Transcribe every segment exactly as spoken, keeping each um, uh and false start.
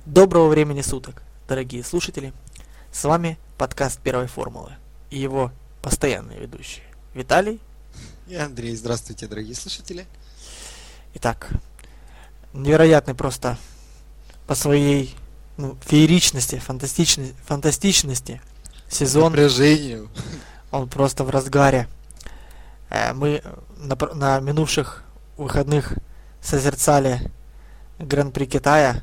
Доброго времени суток, дорогие слушатели! С вами подкаст Первой Формулы и его постоянные ведущие Виталий и Андрей. Здравствуйте, дорогие слушатели! Итак, невероятный просто по своей ну, фееричности, фантастичности, фантастичности сезон. Напряжению. Он просто в разгаре. Мы на, на минувших выходных созерцали Гран-при Китая.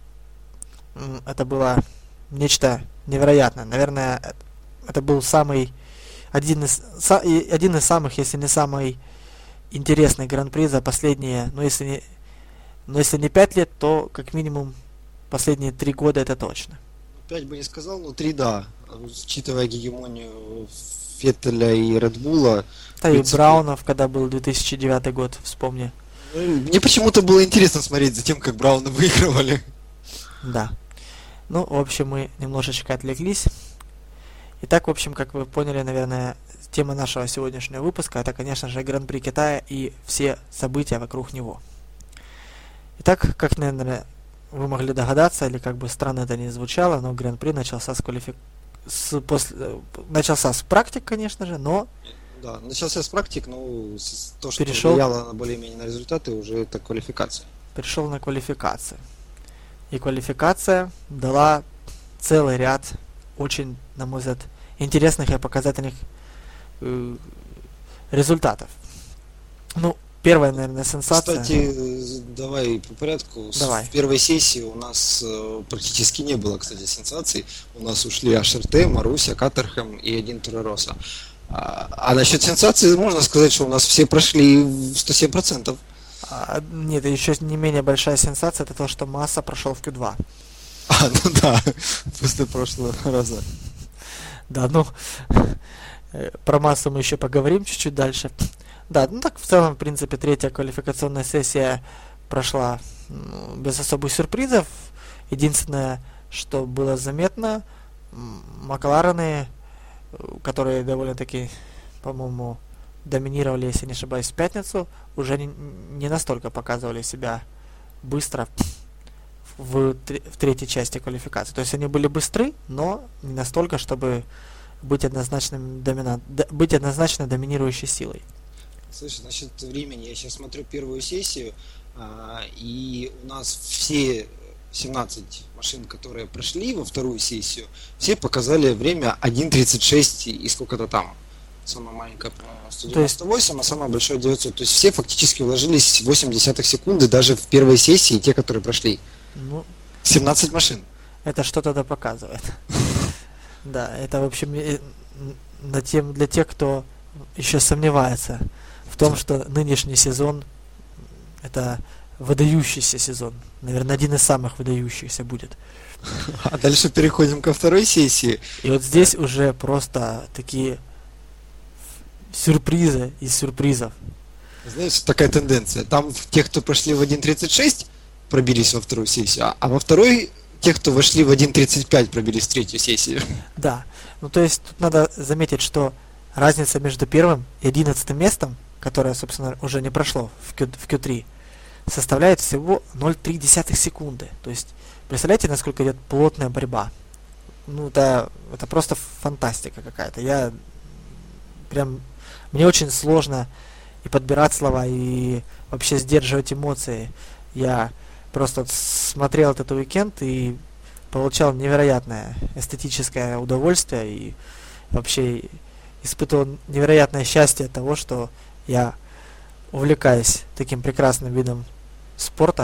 Это было нечто невероятное. Наверное, это был самый один из, один из самых, если не самый интересный гран-при за последние, ну если не, ну, если не пять лет, то как минимум последние три года это точно. Пять бы не сказал, но три да. Учитывая гегемонию Феттеля и Редбула. Да и Браунов, когда был две тысячи девятый год, вспомни. Мне почему-то было интересно смотреть за тем, как Брауны выигрывали. Да. Ну, в общем, мы немножечко отвлеклись. Итак, в общем, как вы поняли, наверное, тема нашего сегодняшнего выпуска — это, конечно же, Гран-при Китая и все события вокруг него. Итак, как, наверное, вы могли догадаться, или как бы странно это ни звучало, но Гран-при начался с квалифи... с после... начался с практик, конечно же, но... Да, начался с практик, но то, что перешел... влияло на более-менее на результаты, уже это квалификация. Перешел на квалификацию. И квалификация дала целый ряд очень, на мой взгляд, интересных и показательных э, результатов. Ну, первая, наверное, сенсация. Кстати, давай по порядку. Давай. В первой сессии у нас э, практически не было, кстати, сенсаций. У нас ушли эйч эр ти, Маруся, Катерхэм и один Торрероса. А, а насчет сенсаций можно сказать, что у нас все прошли в сто семь процентов. А, нет, еще не менее большая сенсация — это то, что Масса прошел в кью два. А, ну да, после прошлого раза. Да, ну, про Массу мы еще поговорим чуть-чуть дальше. Да, ну так в целом, в принципе, третья квалификационная сессия прошла ну, без особых сюрпризов. Единственное, что было заметно, Макларены, которые довольно-таки, по-моему, доминировали, если не ошибаюсь, в пятницу, уже не, не настолько показывали себя быстро в, в третьей части квалификации. То есть они были быстры, но не настолько, чтобы быть однозначным доминант, быть однозначно доминирующей силой. Слушай, насчет времени, я сейчас смотрю первую сессию, а, и у нас все семнадцать машин, которые прошли во вторую сессию, все показали время один тридцать шесть и сколько-то там. Самая маленькая, по-моему, сто девяносто восемь, а самая большая девятьсот. То есть все фактически вложились восемь десятых секунды даже в первой сессии, те, которые прошли. Ну, семнадцать машин. Это что-то да показывает. Да, это, в общем, на тем, для тех, кто еще сомневается в том, что нынешний сезон — это выдающийся сезон. Наверное, один из самых выдающихся будет. А дальше переходим ко второй сессии. И вот здесь уже просто такие сюрпризы из сюрпризов. Знаешь, такая тенденция. Там те, кто прошли в один тридцать шесть, пробились во вторую сессию, а во второй те, кто вошли в один тридцать пять, пробились в третью сессию. Да. Ну, то есть тут надо заметить, что разница между первым и одиннадцатым местом, которое, собственно, уже не прошло в, Q, в кью три, составляет всего ноль целых три десятых секунды. То есть, представляете, насколько идет плотная борьба? Ну, это, это просто фантастика какая-то. Я прям... Мне очень сложно и подбирать слова, и вообще сдерживать эмоции. Я просто смотрел этот уикенд и получал невероятное эстетическое удовольствие и вообще испытывал невероятное счастье от того, что я увлекаюсь таким прекрасным видом спорта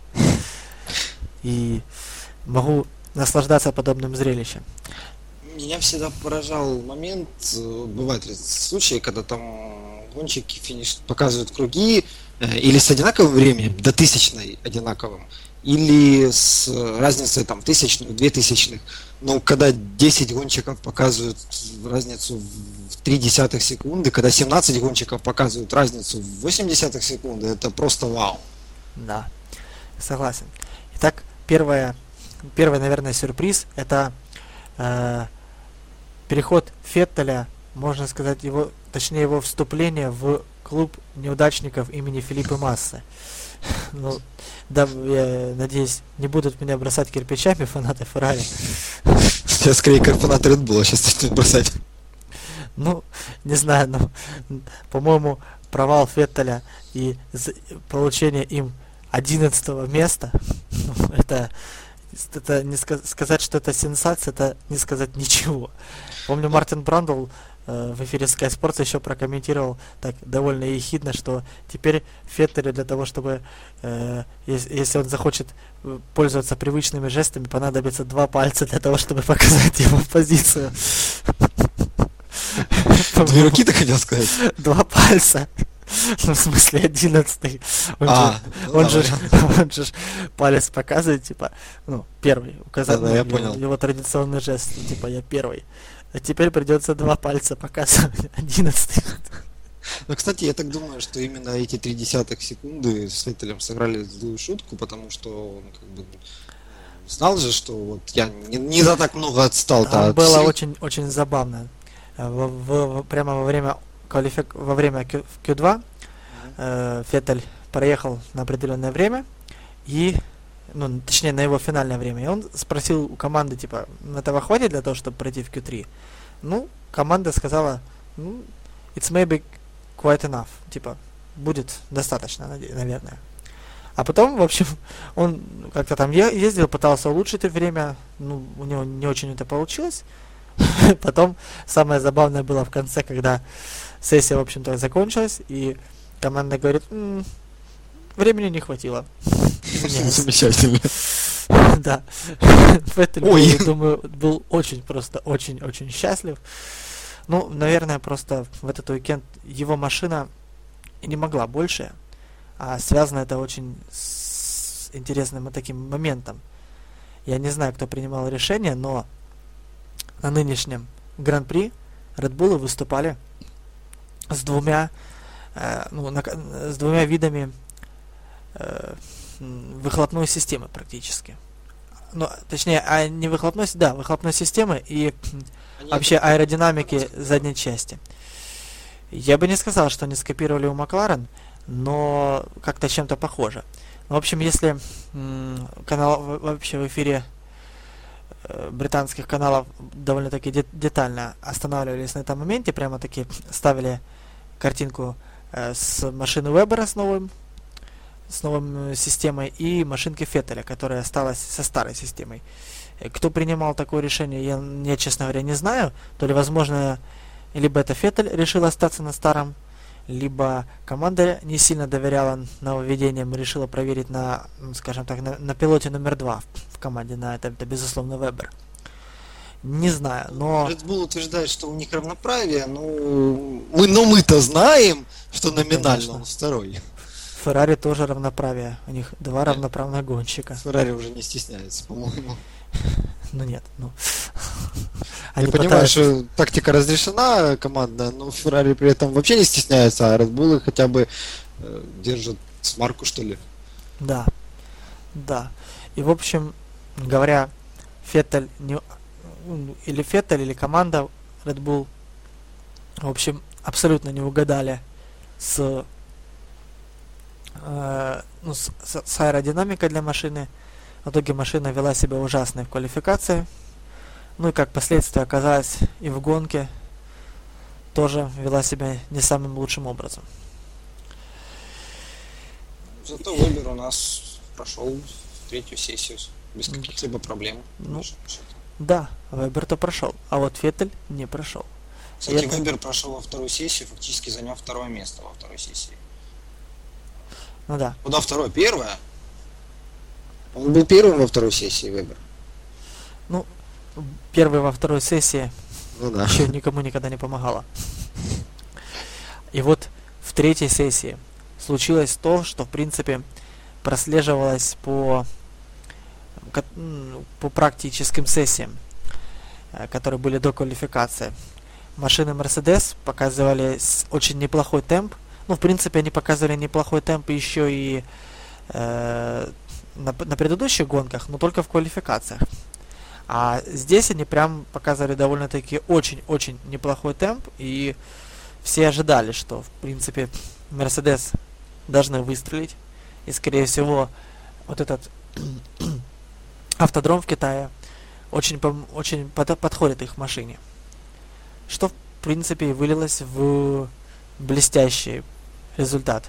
и могу наслаждаться подобным зрелищем. Меня всегда поражал момент, бывают случаи, когда там гонщики финиш показывают круги э, или с одинаковым временем, до тысячной одинаковым, или с разницей там тысячных, две тысячных. Но когда десять гонщиков показывают разницу в три десятых секунды, когда семнадцать гонщиков показывают разницу в восемь десятых секунды, это просто вау. Да, согласен. Итак, первое, первый, наверное, сюрприз — это э, переход Феттеля, можно сказать, его, точнее его вступление в клуб неудачников имени Фелипе Массы. Ну, да, я надеюсь, не будут меня бросать кирпичами фанаты Феррари. Я скорее как фанат Red Bull сейчас начнут бросать. Ну, не знаю, но, по-моему, провал Феттеля и з- получение им одиннадцатого места, ну, это, это не ска- сказать, что это сенсация, это не сказать ничего. Помню, Мартин Брандл э, в эфире Sky Sports еще прокомментировал так довольно ехидно, что теперь Феттелю для того, чтобы, э, ес- если он захочет э, пользоваться привычными жестами, понадобится два пальца для того, чтобы показать его позицию. Две руки, ты хотел сказать? Два пальца. Ну, в смысле, одиннадцатый. Он, А, же, ну он, да, же, вариант. он же ж палец показывает, типа, ну, первый, указал, Да-да, ну, я его, понял. его традиционный жест, типа, я первый. А теперь придется два пальца показывать, одиннадцатый. Ну, кстати, я так думаю, что именно эти три десятых секунды с Феттелем сыграли злую шутку, потому что он как бы ну, знал же, что вот я не, не за так много отстал-то Там от было всех. очень, очень забавно. Э, В, в- в- прямо во время квалифик... во время Q- в Q два э, Феттель проехал на определенное время и, ну, точнее, на его финальное время. И он спросил у команды, типа, этого хватит для того, чтобы пройти в Q три? Ну, команда сказала, ну, it's maybe quite enough. Типа, будет достаточно, наде- наверное. А потом, в общем, он как-то там е- ездил, пытался улучшить время, ну, у него не очень это получилось. Потом самое забавное было в конце, когда сессия, в общем-то, закончилась, и команда говорит, «М, времени не хватило. Извиняюсь». Замечательно. Да. Феттель, Ой. был, думаю, был очень просто, очень-очень счастлив. Ну, наверное, просто в этот уикенд его машина и не могла больше, а связано это очень с интересным таким моментом. Я не знаю, кто принимал решение, но на нынешнем Гран-при Red Bull выступали с двумя, э, ну, на- с двумя видами э, м, выхлопной системы практически. Ну, точнее, а не выхлопной, с- да, выхлопной системы и м, Они вообще это- аэродинамики задней части. Я бы не сказал, что они скопировали у Макларен, но как-то чем-то похоже. Ну, в общем, если м, канал в- вообще в эфире э, британских каналов довольно-таки де- детально останавливались на этом моменте, прямо-таки ставили картинку э, с машины Вебера с новым, с новым э, системой и машинки Феттеля, которая осталась со старой системой. Э, Кто принимал такое решение, я, я, честно говоря, не знаю. То ли, возможно, либо это Феттель решил остаться на старом, либо команда не сильно доверяла нововведениям и решила проверить на, м, скажем так, на, на пилоте номер два в команде, на это, это безусловно Вебер. Не знаю, но Red Bull утверждает, что у них равноправие, но мы, но мы-то знаем, что номинально Конечно. он второй. Феррари тоже равноправие. У них два равноправных гонщика. Феррари уже не стесняется, по-моему. Ну нет, ну. Я Они понимаю, пытаются- что тактика разрешена командная, но Феррари при этом вообще не стесняется, а Red Bull хотя бы э, держит смарку, что ли. Да, да. И в общем, говоря, Феттель не, м, или Феттель, или команда Red Bull, в общем, абсолютно не угадали с, э, ну, с, с- с аэродинамикой для машины. В итоге машина вела себя ужасно в квалификации. Ну и как последствие оказалось и в гонке тоже вела себя не самым лучшим образом. Зато Вебер у нас прошел в третью сессию без М. каких-либо проблем. Ну, Да, Вебер-то прошел, а вот Феттель не прошел. Кстати, это- Вебер прошел во вторую сессию, фактически занял второе место во второй сессии. Ну да, Куда второе? Первое? Он был первым во второй сессии, Вебер. первый во второй сессии Ну да. еще никому никогда не помогало. И вот в третьей сессии случилось то, что в принципе прослеживалось по, ко- м, по практическим сессиям, э, которые были до квалификации. Машины Mercedes показывали с- очень неплохой темп. Ну, в принципе, они показывали неплохой темп еще и э, на, п- на предыдущих гонках, но только в квалификациях. А здесь они прям показывали довольно-таки очень-очень неплохой темп, и все ожидали, что, в принципе, Mercedes должны выстрелить, И, скорее всего, вот этот автодром в Китае очень, пом- очень под- подходит их машине. Что, в принципе, и вылилось в блестящий результат.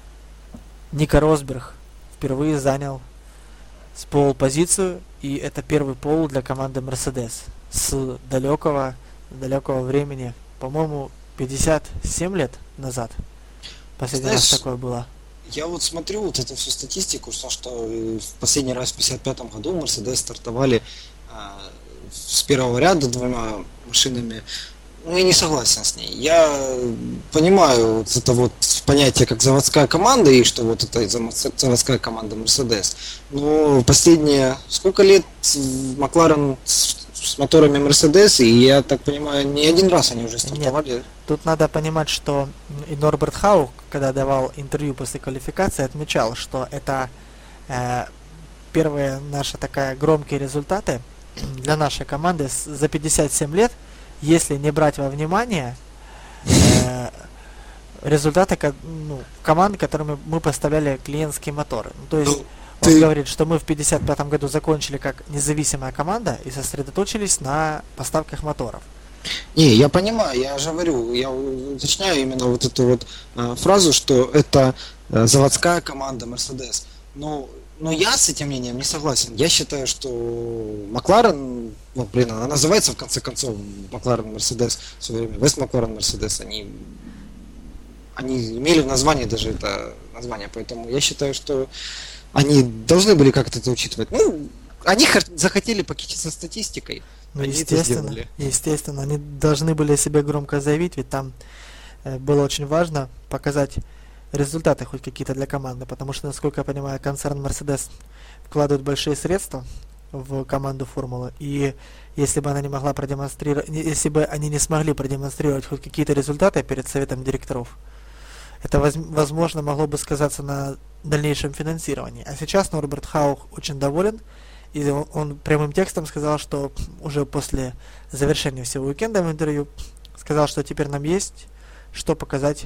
Ника Росберг впервые занял с пол-позицию, и это первый пол для команды Mercedes с далекого, далекого времени, по-моему, пятьдесят семь лет назад. Последний Знаешь, раз такое было. я вот смотрю вот эту всю статистику, что, что э, в последний раз в пятьдесят пятом году Mercedes стартовали а, с первого ряда двумя машинами. Ну, я не согласен с ней. Я понимаю вот это вот понятие как заводская команда, и что вот это замо- заводская команда Mercedes. Но последние сколько лет Макларен с, с моторами Mercedes, и я так понимаю, не один раз они уже стартовали. Тут надо понимать, что и Норберт Хаук, когда давал интервью после квалификации, отмечал, что это э, первые наши такая громкие результаты для нашей команды с- за пятьдесят семь лет, если не брать во внимание э, результаты ко- ну, команд, которыми мы поставляли клиентские моторы. Ну, то есть Ну, он ты- говорит, что мы в пятьдесят пятом году закончили как независимая команда и сосредоточились на поставках моторов. Не, я понимаю, я же говорю, я уточняю именно вот эту вот э, фразу, что это э, заводская команда Mercedes. Но, но я с этим мнением не согласен. Я считаю, что Макларен, ну, блин, она называется в конце концов Макларен Mercedes в свое время, Вест Макларен Mercedes, они, они имели в названии даже это название, поэтому я считаю, что они должны были как-то это учитывать. Ну, они хор- захотели покичиться статистикой. Ну, Они это естественно, сделали. естественно, они должны были о себе громко заявить, ведь там э, было очень важно показать результаты хоть какие-то для команды, потому что, насколько я понимаю, концерн Mercedes вкладывает большие средства в команду Формулы, и если бы она не могла продемонстрировать, не- если бы они не смогли продемонстрировать хоть какие-то результаты перед советом директоров, это, воз- возможно, могло бы сказаться на дальнейшем финансировании. А сейчас Норберт Хаук очень доволен, и он, он прямым текстом сказал, что уже после завершения всего уикенда в интервью сказал, что теперь нам есть что показать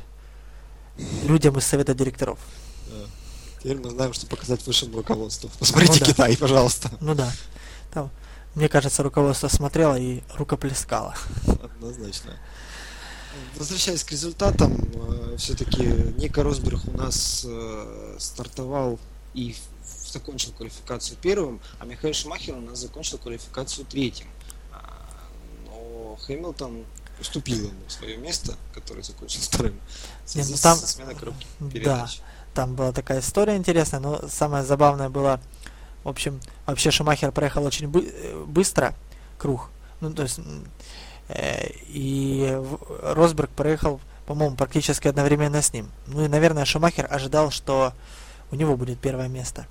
людям из совета директоров. Да. Теперь мы знаем, что показать высшему руководству. Посмотрите Ну да. Китай, пожалуйста. Ну да. Там, мне кажется, руководство смотрело и рукоплескало. Однозначно. Возвращаясь к результатам, все-таки Ника Росберг у нас э, стартовал и в- закончил квалификацию первым, а Михаил Шумахер у нас закончил квалификацию третьим. А, Но Хэмилтон уступил ему свое место, который закончил вторым. В связи ну с- там- со сменой коробки Да, передач. там была такая история интересная, но самое забавное было, в общем, вообще Шумахер проехал очень бы- э, быстро круг, ну то есть, м, э, и в- Росберг проехал, по-моему, практически одновременно с ним. Ну и, наверное, Шумахер ожидал, что у него будет первое место.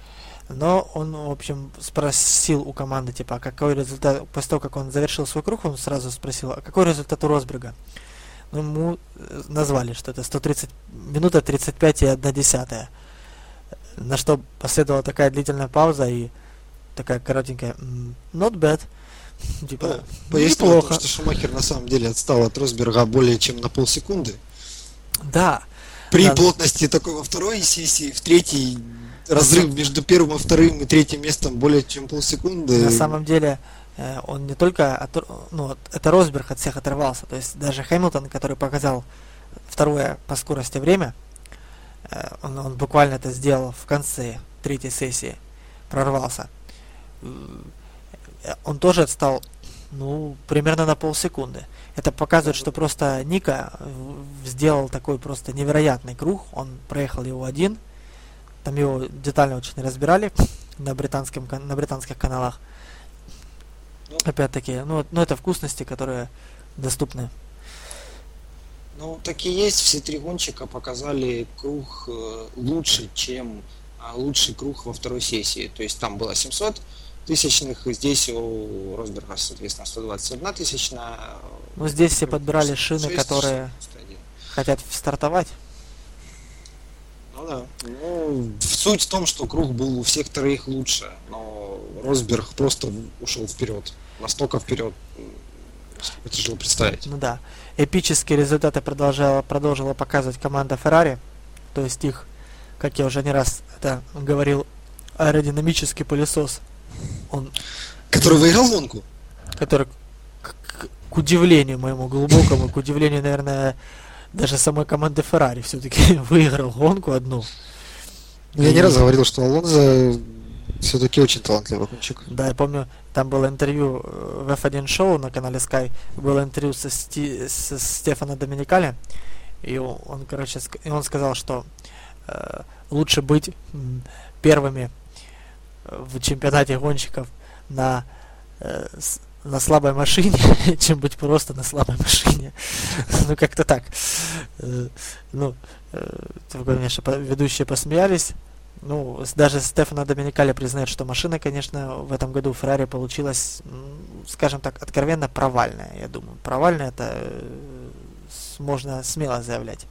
Но он, в общем, спросил у команды, типа, а какой результат, после того, как он завершил свой круг, он сразу спросил, а какой результат у Росберга? Ну, ему э, назвали, что это сто тридцать минута тридцать пять и одна десятая. На что последовала такая длительная пауза и такая коротенькая м, not bad. Типа, Да, ну, Пояснил о том, неплохо. что Шумахер на самом деле отстал от Росберга более чем на полсекунды. Да, При Да. плотности такой во второй сессии, в третьей разрыв между первым и вторым и третьим местом более чем полсекунды. на самом деле э, он не только, от, ну, от- это Росберг от всех оторвался. То есть даже Хэмилтон, который показал второе по скорости время, э, он, он буквально это сделал в конце третьей сессии, прорвался. Э, Он тоже отстал, ну, примерно на полсекунды. Это показывает, что просто Ника в- сделал такой просто невероятный круг. Он проехал его один. Там его детально очень разбирали на, британском, кан- на британских каналах. Ну. Опять-таки, ну, вот- ну это вкусности, которые доступны. Ну, так и есть, все три гонщика показали круг э, лучше, чем а, лучший круг во второй сессии. То есть там было семьсот тысячных, и здесь у Росберга, соответственно, сто двадцать одна тысячная. Ну, здесь все подбирали шины, шесть, которые шестьдесят один. хотят стартовать. Ну да. Ну, суть в том, что круг был у всех троих лучше, но Росберг просто ушел вперед. Настолько вперед, это тяжело представить. Ну да. Эпические результаты продолжала, продолжила показывать команда Ferrari. То есть их как я уже не раз это говорил, аэродинамический пылесос. Он, Который выиграл гонку? который, к, к- к удивлению моему глубокому, к удивлению, наверное, даже самой команды Феррари все-таки выиграл гонку одну. Ну, я не И- раз говорил, что Алонзо все-таки очень талантливый гонщик. Да, я помню, там было интервью э, в эф один шоу на канале Sky, было интервью со, Сти- со Стефано Доминикали, и он, он, короче, ск- и он сказал, что э, лучше быть м, первыми э, в чемпионате гонщиков на, э, с- на слабой машине, чем быть просто на слабой машине. Ну, как-то так. Э, Ну, э, тут, конечно, по- ведущие посмеялись. Ну, с- даже Стефано Доминикали признает, что машина, конечно, в этом году Феррари получилась, м, скажем так, откровенно провальная, я думаю. Провальная это э, с- можно смело заявлять.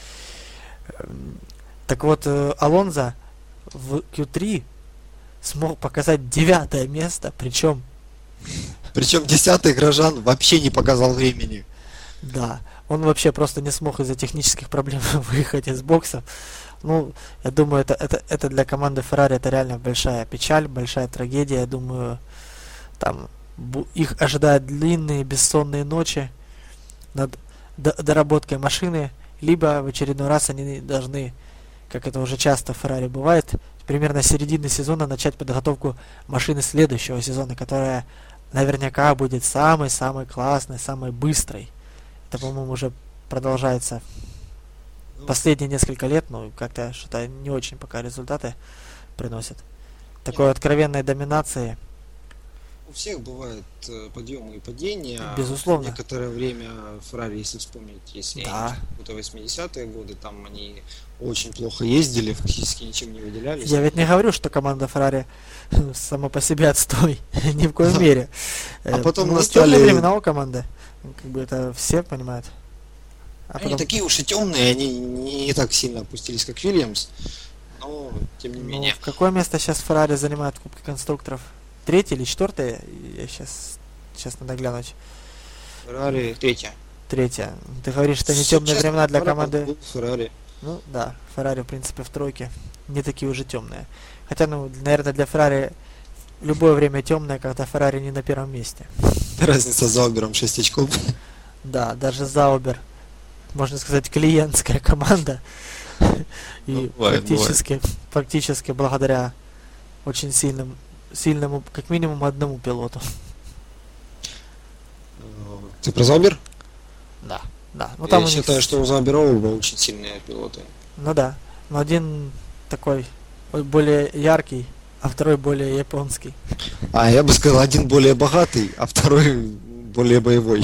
Эм, Так вот, э, Алонзо в кью три смог показать девятое место, причем, Причем десятый Грожан вообще не показал времени. да, он вообще просто не смог из-за технических проблем выехать из бокса. Ну, я думаю, это, это, это для команды Ferrari это реально большая печаль, большая трагедия. Я думаю, там бу- их ожидают длинные бессонные ночи над до- доработкой машины, либо в очередной раз они должны, как это уже часто в Ferrari бывает, примерно с середины сезона начать подготовку машины следующего сезона, которая наверняка будет самой-самой классной, самой быстрой. Это, по-моему, уже продолжается последние несколько лет, но как-то что-то не очень пока результаты приносят. Такой откровенной доминации, У всех бывают э, подъемы и падения. Безусловно. Некоторое время Феррари, если вспомнить, если Да. это восьмидесятые годы, там они очень плохо ездили, фактически ничем не выделялись. я ведь не говорю, что команда Ferrari сама по себе отстой, ни в коем мере. А Э, потом ну, настали- темные времена у команды, как бы это все понимают. А Они потом, такие уж и темные, они не так сильно опустились, как Вильямс, но тем не ну, менее. в какое место сейчас Ferrari занимает в Кубке конструкторов? Третье или четвертое? Я сейчас, сейчас надо глянуть. Феррари третья. Третье. Ты говоришь, что не Всё темные честно времена для говоря, команды. был Феррари. Ну да, Феррари, в принципе, в тройке не такие уже темные. Хотя, ну, наверное, для Феррари любое время темное, когда Феррари не на первом месте. Разница за Обером шесть очков. Да, даже Заубер, можно сказать, клиентская команда. И Ну, бывает, практически, практически благодаря очень сильным, сильному, как минимум одному пилоту. Э, Ты про Заубер? Да, да. Ну Я там у них считаю, с- что у Заубера оба очень сильные пилоты. Ну да. Но один такой ой, более яркий, а второй более японский. А я бы сказал, один более богатый, а второй более боевой.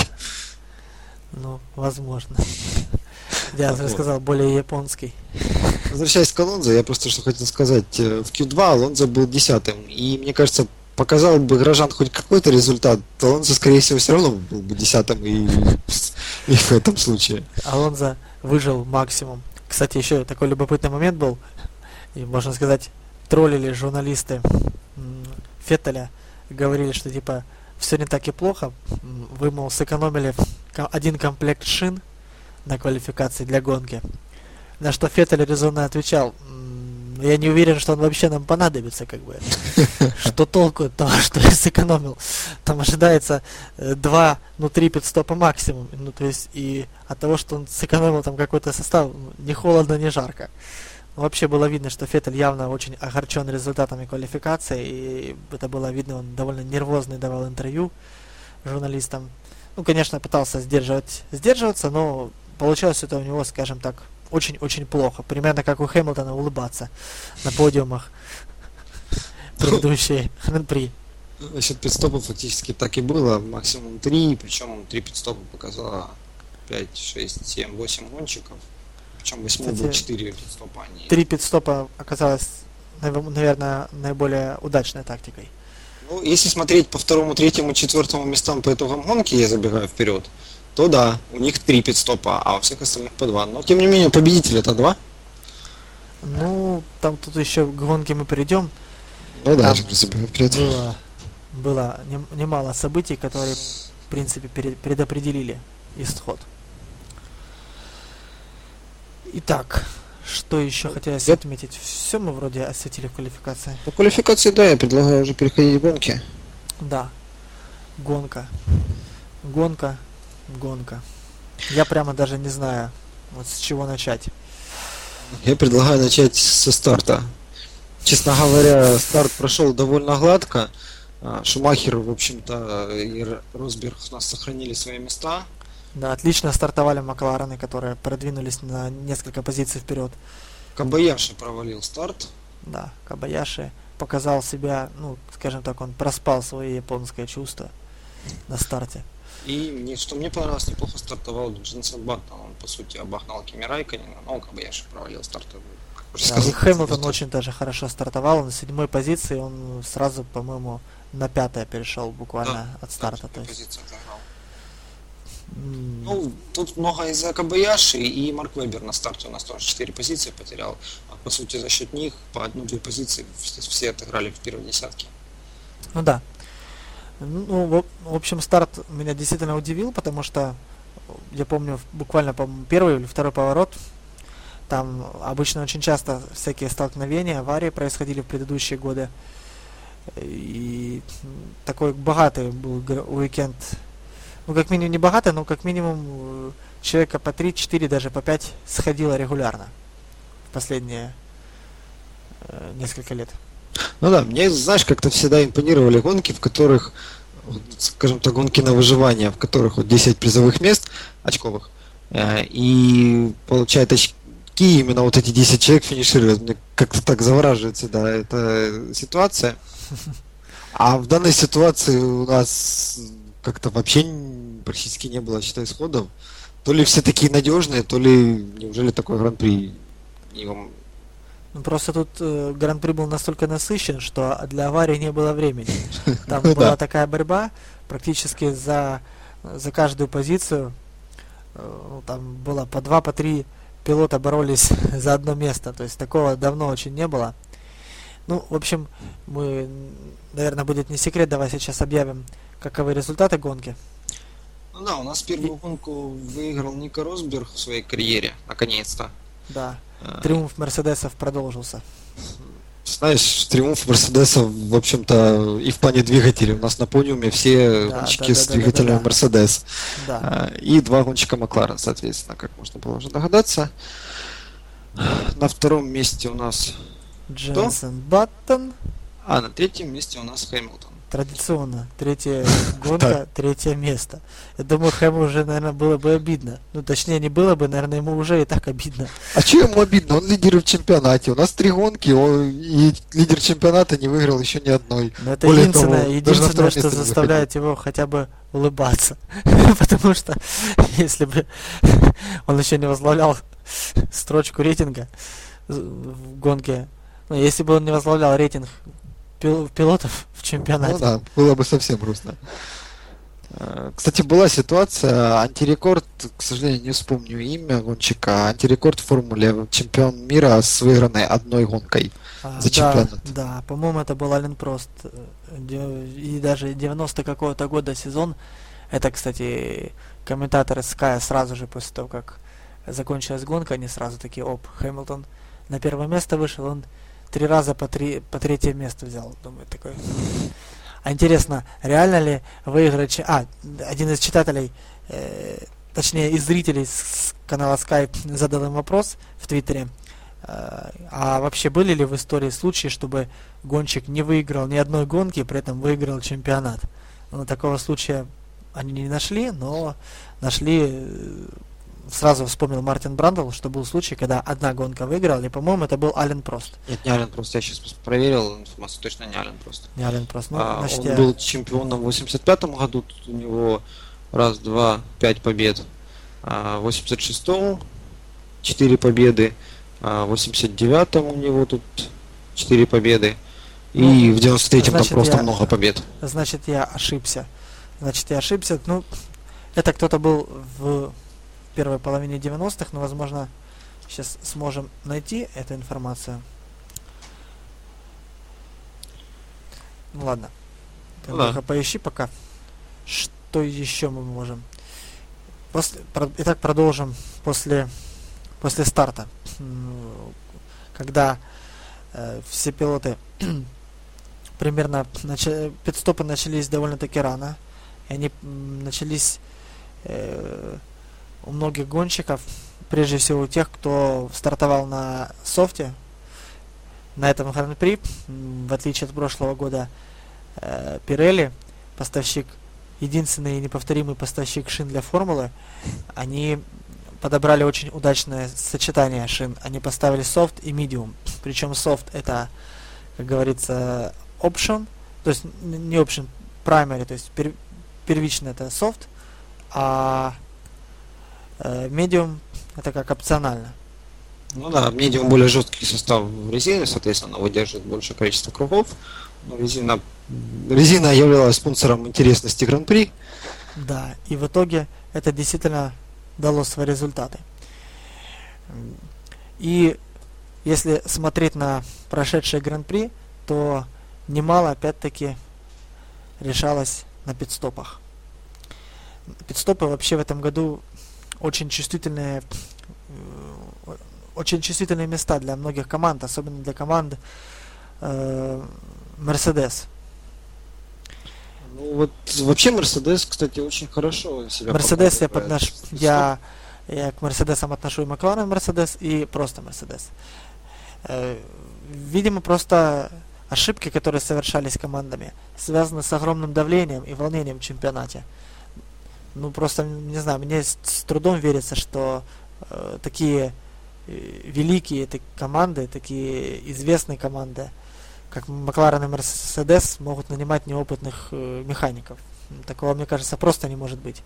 Ну, возможно. Я Вот. уже сказал, более японский. Возвращаясь к Алонзо, я просто что хотел сказать. Э, В кью два Алонзо был десятым. И мне кажется, показал бы Грожан хоть какой-то результат, то Алонзо, скорее всего, все равно был бы десятым и, и в этом случае. Алонзо выжил максимум. Кстати, еще такой любопытный момент был. И, можно сказать, троллили журналисты м, Феттеля. Говорили, что типа все не так и плохо. М, Вы, мол, сэкономили ко- один комплект шин на квалификации для гонки. На что Феттель резонно отвечал: «М, я не уверен, что он вообще нам понадобится, как бы. Что толку от того, что я сэкономил? Там ожидается э, два, ну три пидстопа максимум. Ну то есть и от того, что он сэкономил там какой-то состав, ну, ни холодно, ни жарко. Ну, вообще было видно, что Феттель явно очень огорчен результатами квалификации, и это было видно, он довольно нервозный давал интервью журналистам. Ну, конечно, пытался сдерживать, сдерживаться, но получалось это у него, скажем так, очень-очень плохо. Примерно как у Хэмилтона улыбаться на подиумах предыдущей Гран-при. Насчет пидстопов фактически так и было. Максимум три, причем три пидстопа показало пять, шесть, семь, восемь гонщиков. Причем восьмой был Кстати, четыре пидстопа. Они... Три пидстопа оказалось, нав- наверное, наиболее удачной тактикой. Ну, если смотреть по второму, третьему, четвертому местам по итогам гонки, я забегаю вперед, то да, у них три пидстопа, а у всех остальных по два. Но тем не менее, победитель это два. Ну, там тут еще к гонке мы перейдем. Ну да, Там я же забегаю вперед. Было, было нем- немало событий, которые, в принципе, пере- предопределили исход. Итак, Что еще хотелось Я- отметить? Все мы вроде осветили в квалификации. По квалификации, да, я предлагаю уже переходить к гонке. Да. Гонка. Гонка. Гонка. Я прямо даже не знаю, вот с чего начать. Я предлагаю начать со старта. Честно говоря, старт прошел довольно гладко. А, Шумахер, в общем-то, и Р- Росберг у нас сохранили свои места. Да, отлично стартовали Макларены, которые продвинулись на несколько позиций вперед. Кабаяши провалил старт. Да, Кабаяши показал себя, ну, скажем так, он проспал свои японское чувство на старте. И мне, что мне понравилось, неплохо стартовал Дженсен Баттон. Он, по сути, обогнал Кими Райконена, но Кабаяши провалил старт. Как уже Да, и сказал. Хэмилтон очень даже хорошо стартовал. На седьмой позиции он сразу, по-моему, на пятое перешел буквально Да, от старта. да, То есть, позицию отыграл. м, Ну, тут много из-за Кабаяши, и Марк Вебер на старте у нас тоже четыре позиции потерял. А по сути за счет них по одну-две позиции все, все отыграли в первой десятке. ну да. Ну, в, в общем, старт меня действительно удивил, потому что я помню буквально, по-моему, первый или второй поворот. Там обычно очень часто всякие столкновения, аварии происходили в предыдущие годы. И такой богатый был гр- уикенд. Ну, как минимум не богатый, но как минимум э, человека по три-четыре, даже по пять сходило регулярно в последние э, несколько лет. Ну да, мне, знаешь, как-то всегда импонировали гонки, в которых, вот, скажем так, гонки на выживание, в которых вот десять призовых мест очковых, э, и получают очки именно вот эти десять человек финишируют. Мне как-то так завораживает всегда эта ситуация. А в данной ситуации у нас как-то вообще н- практически не было, считай, исходов. То ли все такие надежные, то ли неужели такой гран-при не вам- Ну, просто тут э, Гран-при был настолько насыщен, что для аварии не было времени. Там Ну была да. такая борьба практически за, за каждую позицию. Э, ну, там было по два, по три пилота боролись за одно место. То есть такого давно очень не было. Ну, в общем, мы, наверное, будет не секрет, давай сейчас объявим, каковы результаты гонки. Ну да, у нас первую гонку выиграл Ника Росберг в своей карьере, наконец-то. Да, Э, триумф Мерседесов продолжился. Знаешь, триумф Мерседеса, в общем-то, и в плане двигателей. У нас на подиуме все Да, гонщики да, с да, да, двигателем да, да. Мерседес. Да, А, И два гонщика Макларен, соответственно, как можно было уже догадаться. На втором месте у нас... Дженсен Баттон. А, на третьем месте у нас Хэмилтон. Традиционно. Третья гонка, третье место. Я думаю, Хэму уже, наверное, было бы обидно. Ну, точнее, не было бы, наверное, ему уже и так обидно. А что ему обидно? Он лидирует в чемпионате. У нас три гонки, он, и лидер чемпионата не выиграл еще ни одной. Но это Более единственное, того, даже на единственное, второе что место не заставляет его хотя бы улыбаться. Потому что если бы он еще не возглавлял строчку рейтинга в гонке, ну, если бы он не возглавлял рейтинг пил- пилотов в Ну чемпионате. да, было бы совсем грустно. Э, Кстати, была ситуация, антирекорд, к сожалению, не вспомню имя гонщика, антирекорд в формуле, чемпион мира с выигранной одной гонкой. А, за да, чемпионат. да, по-моему, это был Ален Прост. э, де- И даже девяносто какого-то года сезон. Это, кстати, комментаторы Sky сразу же после того, как закончилась гонка, они сразу такие, оп, Хэмилтон на первое место вышел, он три раза по, три, по третье место взял. Думаю, такой. А интересно, реально ли выиграть... че- А, один из читателей, э, точнее, из зрителей с с канала Sky задал им вопрос в Твиттере. э, А вообще были ли в истории случаи, чтобы гонщик не выиграл ни одной гонки, при этом выиграл чемпионат? Ну, такого случая они не нашли, но нашли... э, Сразу вспомнил Мартин Брандл, что был случай, когда одна гонка выиграл, и, по-моему, это был Ален Прост. Нет, не Ален Прост, я сейчас проверил информацию, точно не Ален Прост. Не Ален Прост, ну, А, значит, он я- был чемпионом в восемьдесят пятом году, тут у него раз, два, пять побед. А, в восемьдесят шестом четыре победы, а в восемьдесят девятом у него тут четыре победы. И Ну, в девяносто третьем там значит, просто я- много побед. Значит, я ошибся. Значит, я ошибся. Ну, это кто-то был в первой половине девяностых, но, возможно, сейчас сможем найти эту информацию. Ну ладно. Ты, Ну да. Андрюха, поищи пока. Что еще мы можем? После, про- итак, продолжим после, после старта. М, когда э, все пилоты примерно нач... пит-стопы начались довольно-таки рано, и они м, начались э, у многих гонщиков, прежде всего у тех, кто стартовал на софте. На этом гран-при, в отличие от прошлого года, э, Pirelli, поставщик, единственный и неповторимый поставщик шин для формулы, они подобрали очень удачное сочетание шин. Они поставили софт и medium. Причем софт это, как говорится, option, то есть не option, primary, то есть пер, первично это софт, а э, medium это как опционально. Ну да, медиум более жесткий состав в резине, соответственно, она выдерживает большее количество кругов. Но резина, резина являлась спонсором интересности Гран-при. Да, и в итоге это действительно дало свои результаты. И если смотреть на прошедшие Гран-при, то немало опять-таки решалось на пит-стопах. Пит-стопы вообще в этом году очень чувствительные очень чувствительные места для многих команд, особенно для команд э, Mercedes. Ну вот вообще Mercedes, кстати, очень хорошо себя Mercedes я подношу, я, я к Мерседесам отношу и Макларен Mercedes, и просто Mercedes. Э, видимо, просто ошибки, которые совершались командами, связаны с огромным давлением и волнением в чемпионате. Ну просто, не знаю, мне с, с трудом верится, что э, такие великие так, команды, такие известные команды, как Макларен и Мерседес, могут нанимать неопытных э, механиков. Такого, мне кажется, просто не может быть.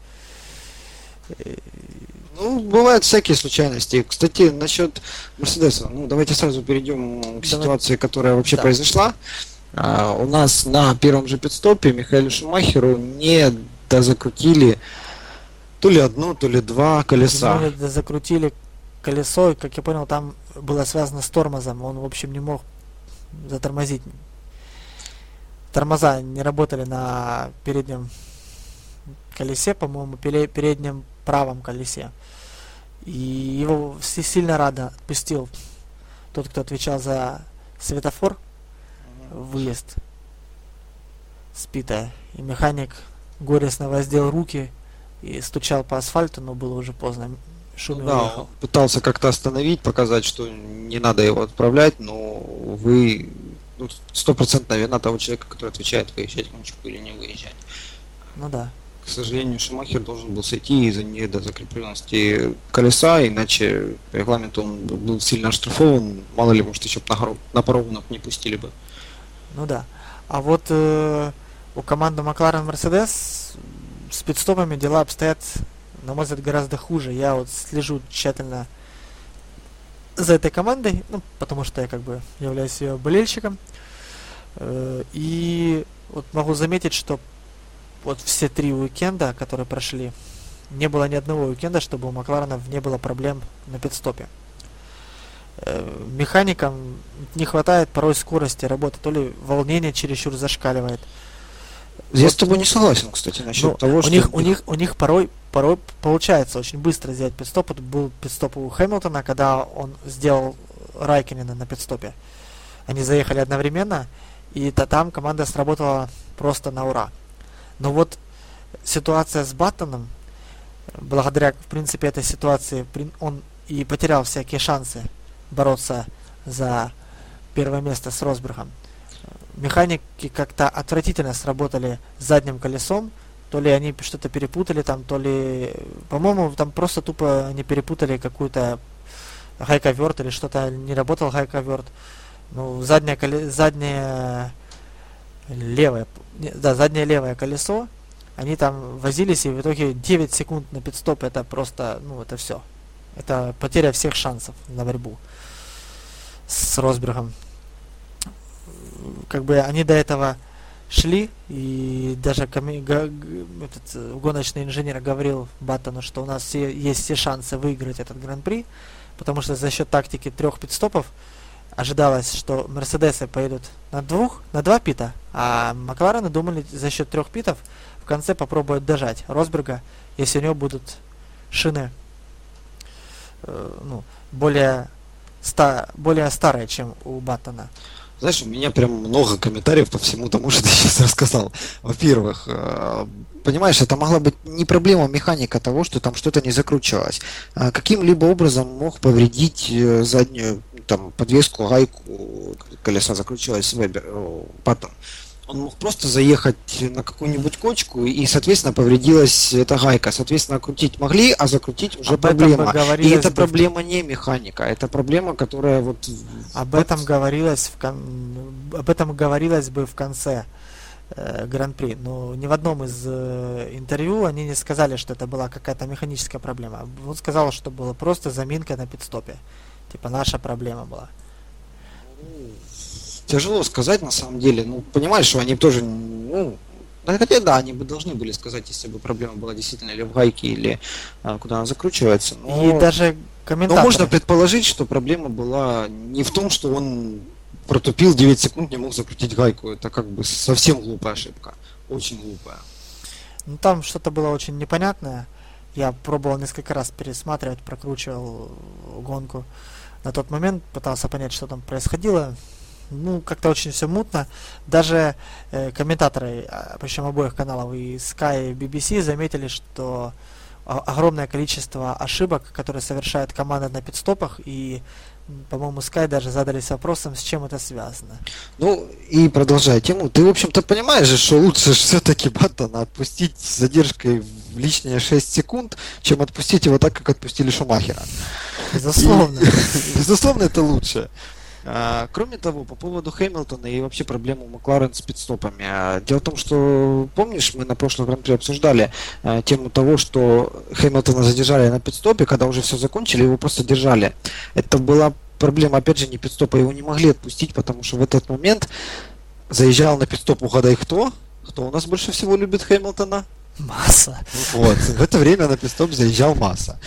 Ну, бывают всякие случайности. Кстати, насчет Мерседеса, ну, давайте сразу перейдем к Давай. ситуации, которая вообще да. произошла. А, у нас на первом же пит-стопе Михаэлю Шумахеру не дозакрутили то ли одно, то ли два колеса. Не дозакрутили колесо, и, как я понял, там было связано с тормозом. Он, в общем, не мог затормозить. Тормоза не работали на переднем колесе, по-моему, переднем правом колесе. И его сильно рано отпустил тот, кто отвечал за светофор, выезд с пита. И механик горестно воздел руки и стучал по асфальту, но было уже поздно. Шуми ну, да, уехал. Он пытался как-то остановить, показать, что не надо его отправлять, но вы стопроцентная ну, вина того человека, который отвечает, выезжать гонщику или не выезжать. Ну да. К сожалению, Шумахер должен был сойти из-за недозакрепленности колеса, иначе по регламенту он был сильно оштрафован, мало ли, может, еще на паровозах не пустили бы. Ну да. А вот э, у команды Макларен Мерседес с пит-стопами дела обстоят, на мой взгляд, гораздо хуже. Я вот слежу тщательно за этой командой, ну, потому что я как бы являюсь ее болельщиком. Э, и вот могу заметить, что вот все три уикенда, которые прошли, не было ни одного уикенда, чтобы у Макларенов не было проблем на пит-стопе. Э, механикам не хватает порой скорости работы, то ли волнение чересчур зашкаливает. Я вот, с тобой не согласен, кстати, насчет ну, того, у что... Них, у, них, у них порой, порой получается очень быстро сделать пит-стоп. Это был пит-стоп у Хэмилтона, когда он сделал Райкконена на пит-стопе. Они заехали одновременно, и то там команда сработала просто на ура. Но вот ситуация с Баттоном, благодаря, в принципе, этой ситуации, он и потерял всякие шансы бороться за первое место с Росбергом. Механики как-то отвратительно сработали с задним колесом, то ли они что-то перепутали там, то ли, по-моему, там просто тупо они перепутали какую-то гайковерт или что-то, не работал гайковерт. Ну, заднее колесо, заднее левое, да, заднее левое колесо, они там возились, и в итоге девять секунд на пит-стоп, это просто, ну, это все. Это потеря всех шансов на борьбу с Росбергом. Как бы они до этого шли, и даже коми- га- га- этот гоночный инженер говорил Баттону, что у нас все, есть все шансы выиграть этот гран-при, потому что за счет тактики трех пит-стопов ожидалось, что Мерседесы поедут на двух, на два пита, а Макларены думали за счет трех питов в конце попробуют дожать Росберга, если у него будут шины э, ну, более ста- более старая, чем у Баттона. Знаешь, у меня прям много комментариев по всему тому, что ты сейчас рассказал. Во-первых, э, понимаешь, это могла быть не проблема механика того, что там что-то не закручивалось. А каким-либо образом мог повредить э, заднюю там подвеску, гайку, колеса закручивалось Вебер, э, Баттон. Он мог просто заехать на какую-нибудь кочку, и, соответственно, повредилась эта гайка. Соответственно, крутить могли, а закрутить уже Об этом бы проблема. И говорилось это бы в- проблема не механика, это проблема, которая вот... Об вот- этом говорилось в кон- об этом говорилось бы в конце э, Гран-при. Но ни в одном из э, интервью они не сказали, что это была какая-то механическая проблема. Он сказал, что была просто заминка на пидстопе. Типа наша проблема была. Тяжело сказать на самом деле. Ну, понимаешь, что они тоже, ну, ну, хотя да, они бы должны были сказать, если бы проблема была действительно или в гайке, или а, куда она закручивается. Но, И даже но комментаторы. можно предположить, что проблема была не в том, что он протупил девять секунд, не мог закрутить гайку. Это как бы совсем глупая ошибка. Очень глупая. Ну там что-то было очень непонятное. Я пробовал несколько раз пересматривать, прокручивал гонку. На тот момент пытался понять, что там происходило. Ну, как-то очень все мутно. Даже э, комментаторы, а, причем обоих каналов, и Sky, и би би си, заметили, что о- огромное количество ошибок, которые совершает команда на пидстопах, и, м, по-моему, Sky даже задались вопросом, с чем это связано. Ну, и продолжая тему, ты, в общем-то, понимаешь же, что лучше все-таки Баттона отпустить с задержкой в лишние шесть секунд, чем отпустить его так, как отпустили Шумахера. Безусловно. И, безусловно, это лучше. А, кроме того, по поводу Хэмилтона и вообще проблему Макларен с пидстопами. А, дело в том, что, помнишь, мы на прошлом гран-при обсуждали а, тему того, что Хэмилтона задержали на пидстопе, когда уже все закончили, его просто держали. Это была проблема, опять же, не пидстопа, его не могли отпустить, потому что в этот момент заезжал на пидстоп, угадай кто? Кто у нас больше всего любит Хэмилтона? Масса. Вот, в это время на пидстоп заезжал Масса.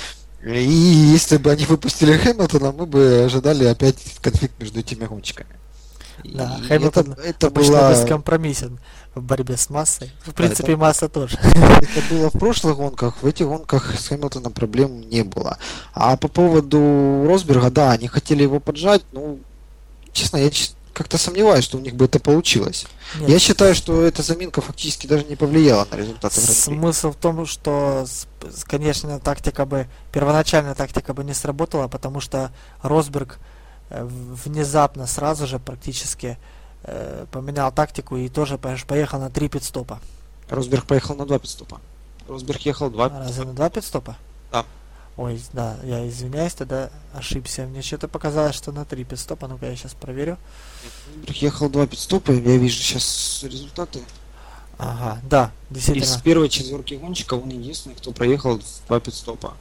И если бы они выпустили Хэмилтона, мы бы ожидали опять конфликт между этими гонщиками. Да, И Хэмилтон это, это обычно было, бескомпромиссен в борьбе с массой. В принципе, это- масса тоже. это было в прошлых гонках, в этих гонках с Хэмилтоном проблем не было. А по поводу Росберга, да, они хотели его поджать, ну, честно, я ч- как-то сомневаюсь, что у них бы это получилось. Нет, Я считаю, что эта заминка фактически даже не повлияла на результаты гран-при. смысл в том, что, с- с- конечно, тактика бы, первоначальная тактика бы не сработала, потому что Росберг э, в- внезапно, сразу же практически э, поменял тактику и тоже поеш- поехал на три пидстопа. Росберг поехал на два пидстопа. Росберг ехал два Разве пидстопа. на два пидстопа? Да. Ой, да, я извиняюсь, тогда ошибся. Мне что-то показалось, что на три пидстопа. Ну-ка, я сейчас проверю. Росберг ехал два пидстопа, я вижу сейчас результаты. Ага, да, Из действительно. первой четверки гонщиков он единственный, кто проехал в два пидстопа.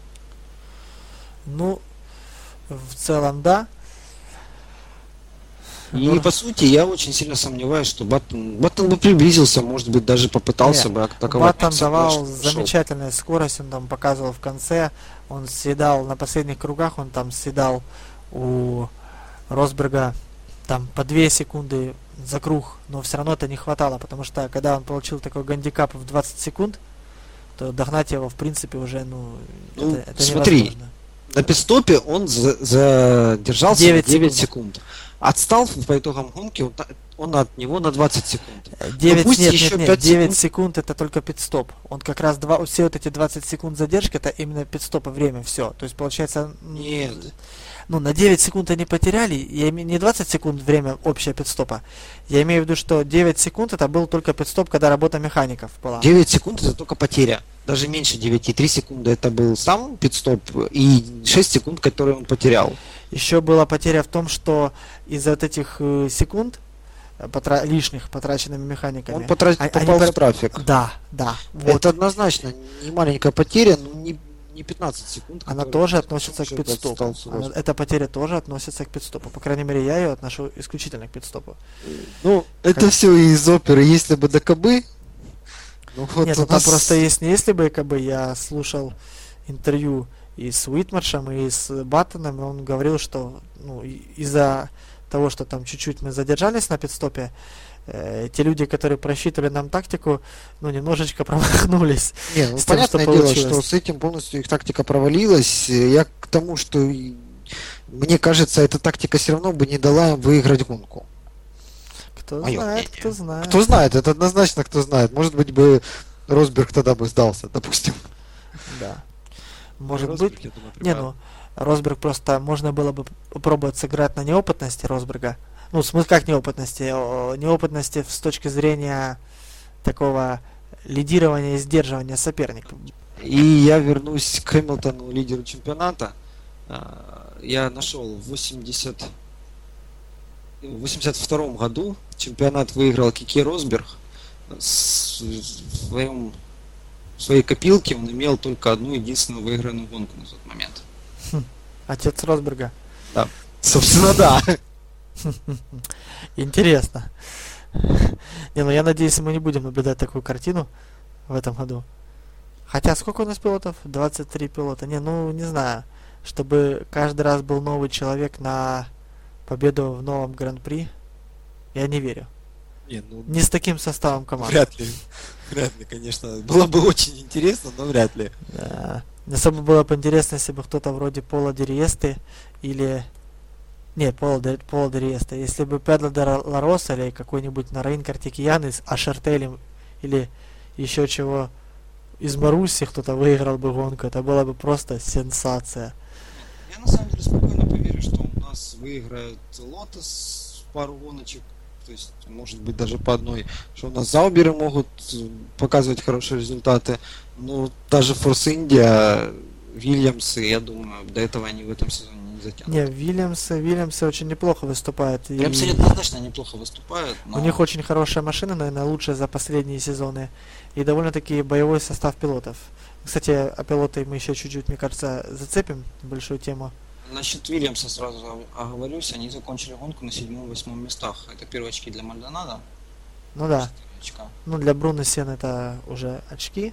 Ну, в целом, да. И Ну, по сути я очень сильно сомневаюсь, что Баттон, Баттон бы приблизился, может быть, даже попытался Не, бы атаковать. Баттон Макса, давал потому что шел. замечательную скорость, он там показывал в конце, он съедал на последних кругах, он там съедал у Росберга там по две секунды за круг, но все равно это не хватало, потому что когда он получил такой гандикап в двадцать секунд, то догнать его в принципе уже, ну, Ну, это, это смотри, невозможно. На пидстопе он за- задержался девять на девять секунд. секунд. Отстал по итогам гонки он, на- он от него на двадцать секунд. девять, пусть нет, еще нет, нет, пять девять секунд. секунд это только пидстоп. Он как раз два, все вот эти двадцать секунд задержки, это именно пидстопа время, все. То есть получается, м, Нет. ну на девять секунд они потеряли, я имею не двадцать секунд время общее пидстопа. Я имею в виду, что девять секунд это был только пидстоп, когда работа механиков была. девять секунд это только потеря. Даже меньше девяти. три секунды это был сам пидстоп и шесть секунд, которые он потерял. Еще была потеря в том, что из-за вот этих э, секунд э, потра- лишних потраченными механиками. Он потра- а- они попал пор- в трафик. Да, да. Вот. Это однозначно не маленькая потеря, но не, не пятнадцать секунд. Она которые тоже он относится к уже пидстопу. отстал с Она- Росбергом. эта потеря тоже относится к пидстопу. По крайней мере, я ее отношу исключительно к пидстопу. Ну, это Как- все из оперы, если бы до кобы. Ну, вот Нет, у ну там нас- просто есть не если бы, как бы я слушал интервью и с Уитмаршем, и с Баттоном, и он говорил, что ну, и- из-за того, что там чуть-чуть мы задержались на пидстопе, э, те люди, которые просчитывали нам тактику, ну, немножечко промахнулись. Не, ну, с тем, понятное что дело, получилось. что с этим полностью их тактика провалилась. Я к тому, что и Мне кажется, эта тактика все равно бы не дала им выиграть гонку. Кто Моё знает, мнение. кто знает. Кто знает, это однозначно кто знает. Может быть бы Росберг тогда бы сдался, допустим. Да. Может Росберг, быть. я думаю, Не, прибавил. ну, Росберг просто можно было бы попробовать сыграть на неопытности Росберга. Ну, в смысле, как неопытности? О, неопытности с точки зрения такого лидирования и сдерживания соперника. И я вернусь к Хэмилтону, лидеру чемпионата. А, Я нашел в восемьдесят в восемьдесят втором году чемпионат выиграл Кике Росберг. С- В своем, в своей копилке он имел только одну единственную выигранную гонку на тот момент. Отец Росберга. Собственно, да. Интересно. Не, ну я надеюсь, мы не будем наблюдать такую картину в этом году. Хотя сколько у нас пилотов? двадцать три пилота. Не, ну не знаю. Чтобы каждый раз был новый человек на победу в новом гран-при, я не верю. Не, ну, Не с таким составом команд. вряд ли. Вряд ли, конечно. Было бы очень интересно, но вряд ли. Да. Особо было бы интересно, если бы кто-то вроде Пола Дириесты или... Не, Пола, Де- Пола Дириесты. Если бы Педло де Ла Роса или какой-нибудь Нараин Картикиян с Ашертелем или еще чего из Маруси кто-то выиграл бы гонку, это была бы просто сенсация. Я на самом деле спокойно поверю, что у нас выиграет Лотос пару гоночек, то есть может быть даже по одной, что у нас Зауберы могут э, показывать хорошие результаты, но даже Форс Индия, Вильямсы, я думаю, до этого они в этом сезоне не затянут. Не, Вильямсы, Вильямсы очень неплохо выступают. и Вильямсы однозначно неплохо выступают, но У них очень хорошая машина, наверное, лучшая за последние сезоны. И довольно-таки боевой состав пилотов. Кстати, о пилоты мы еще чуть-чуть, мне кажется, зацепим большую тему. насчет Вильямса сразу оговорюсь, они закончили гонку на седьмом-восьмом местах. Это первые очки для Мальдонадо. Ну да. четыре очка. Ну, для Бруно Сен это уже очки.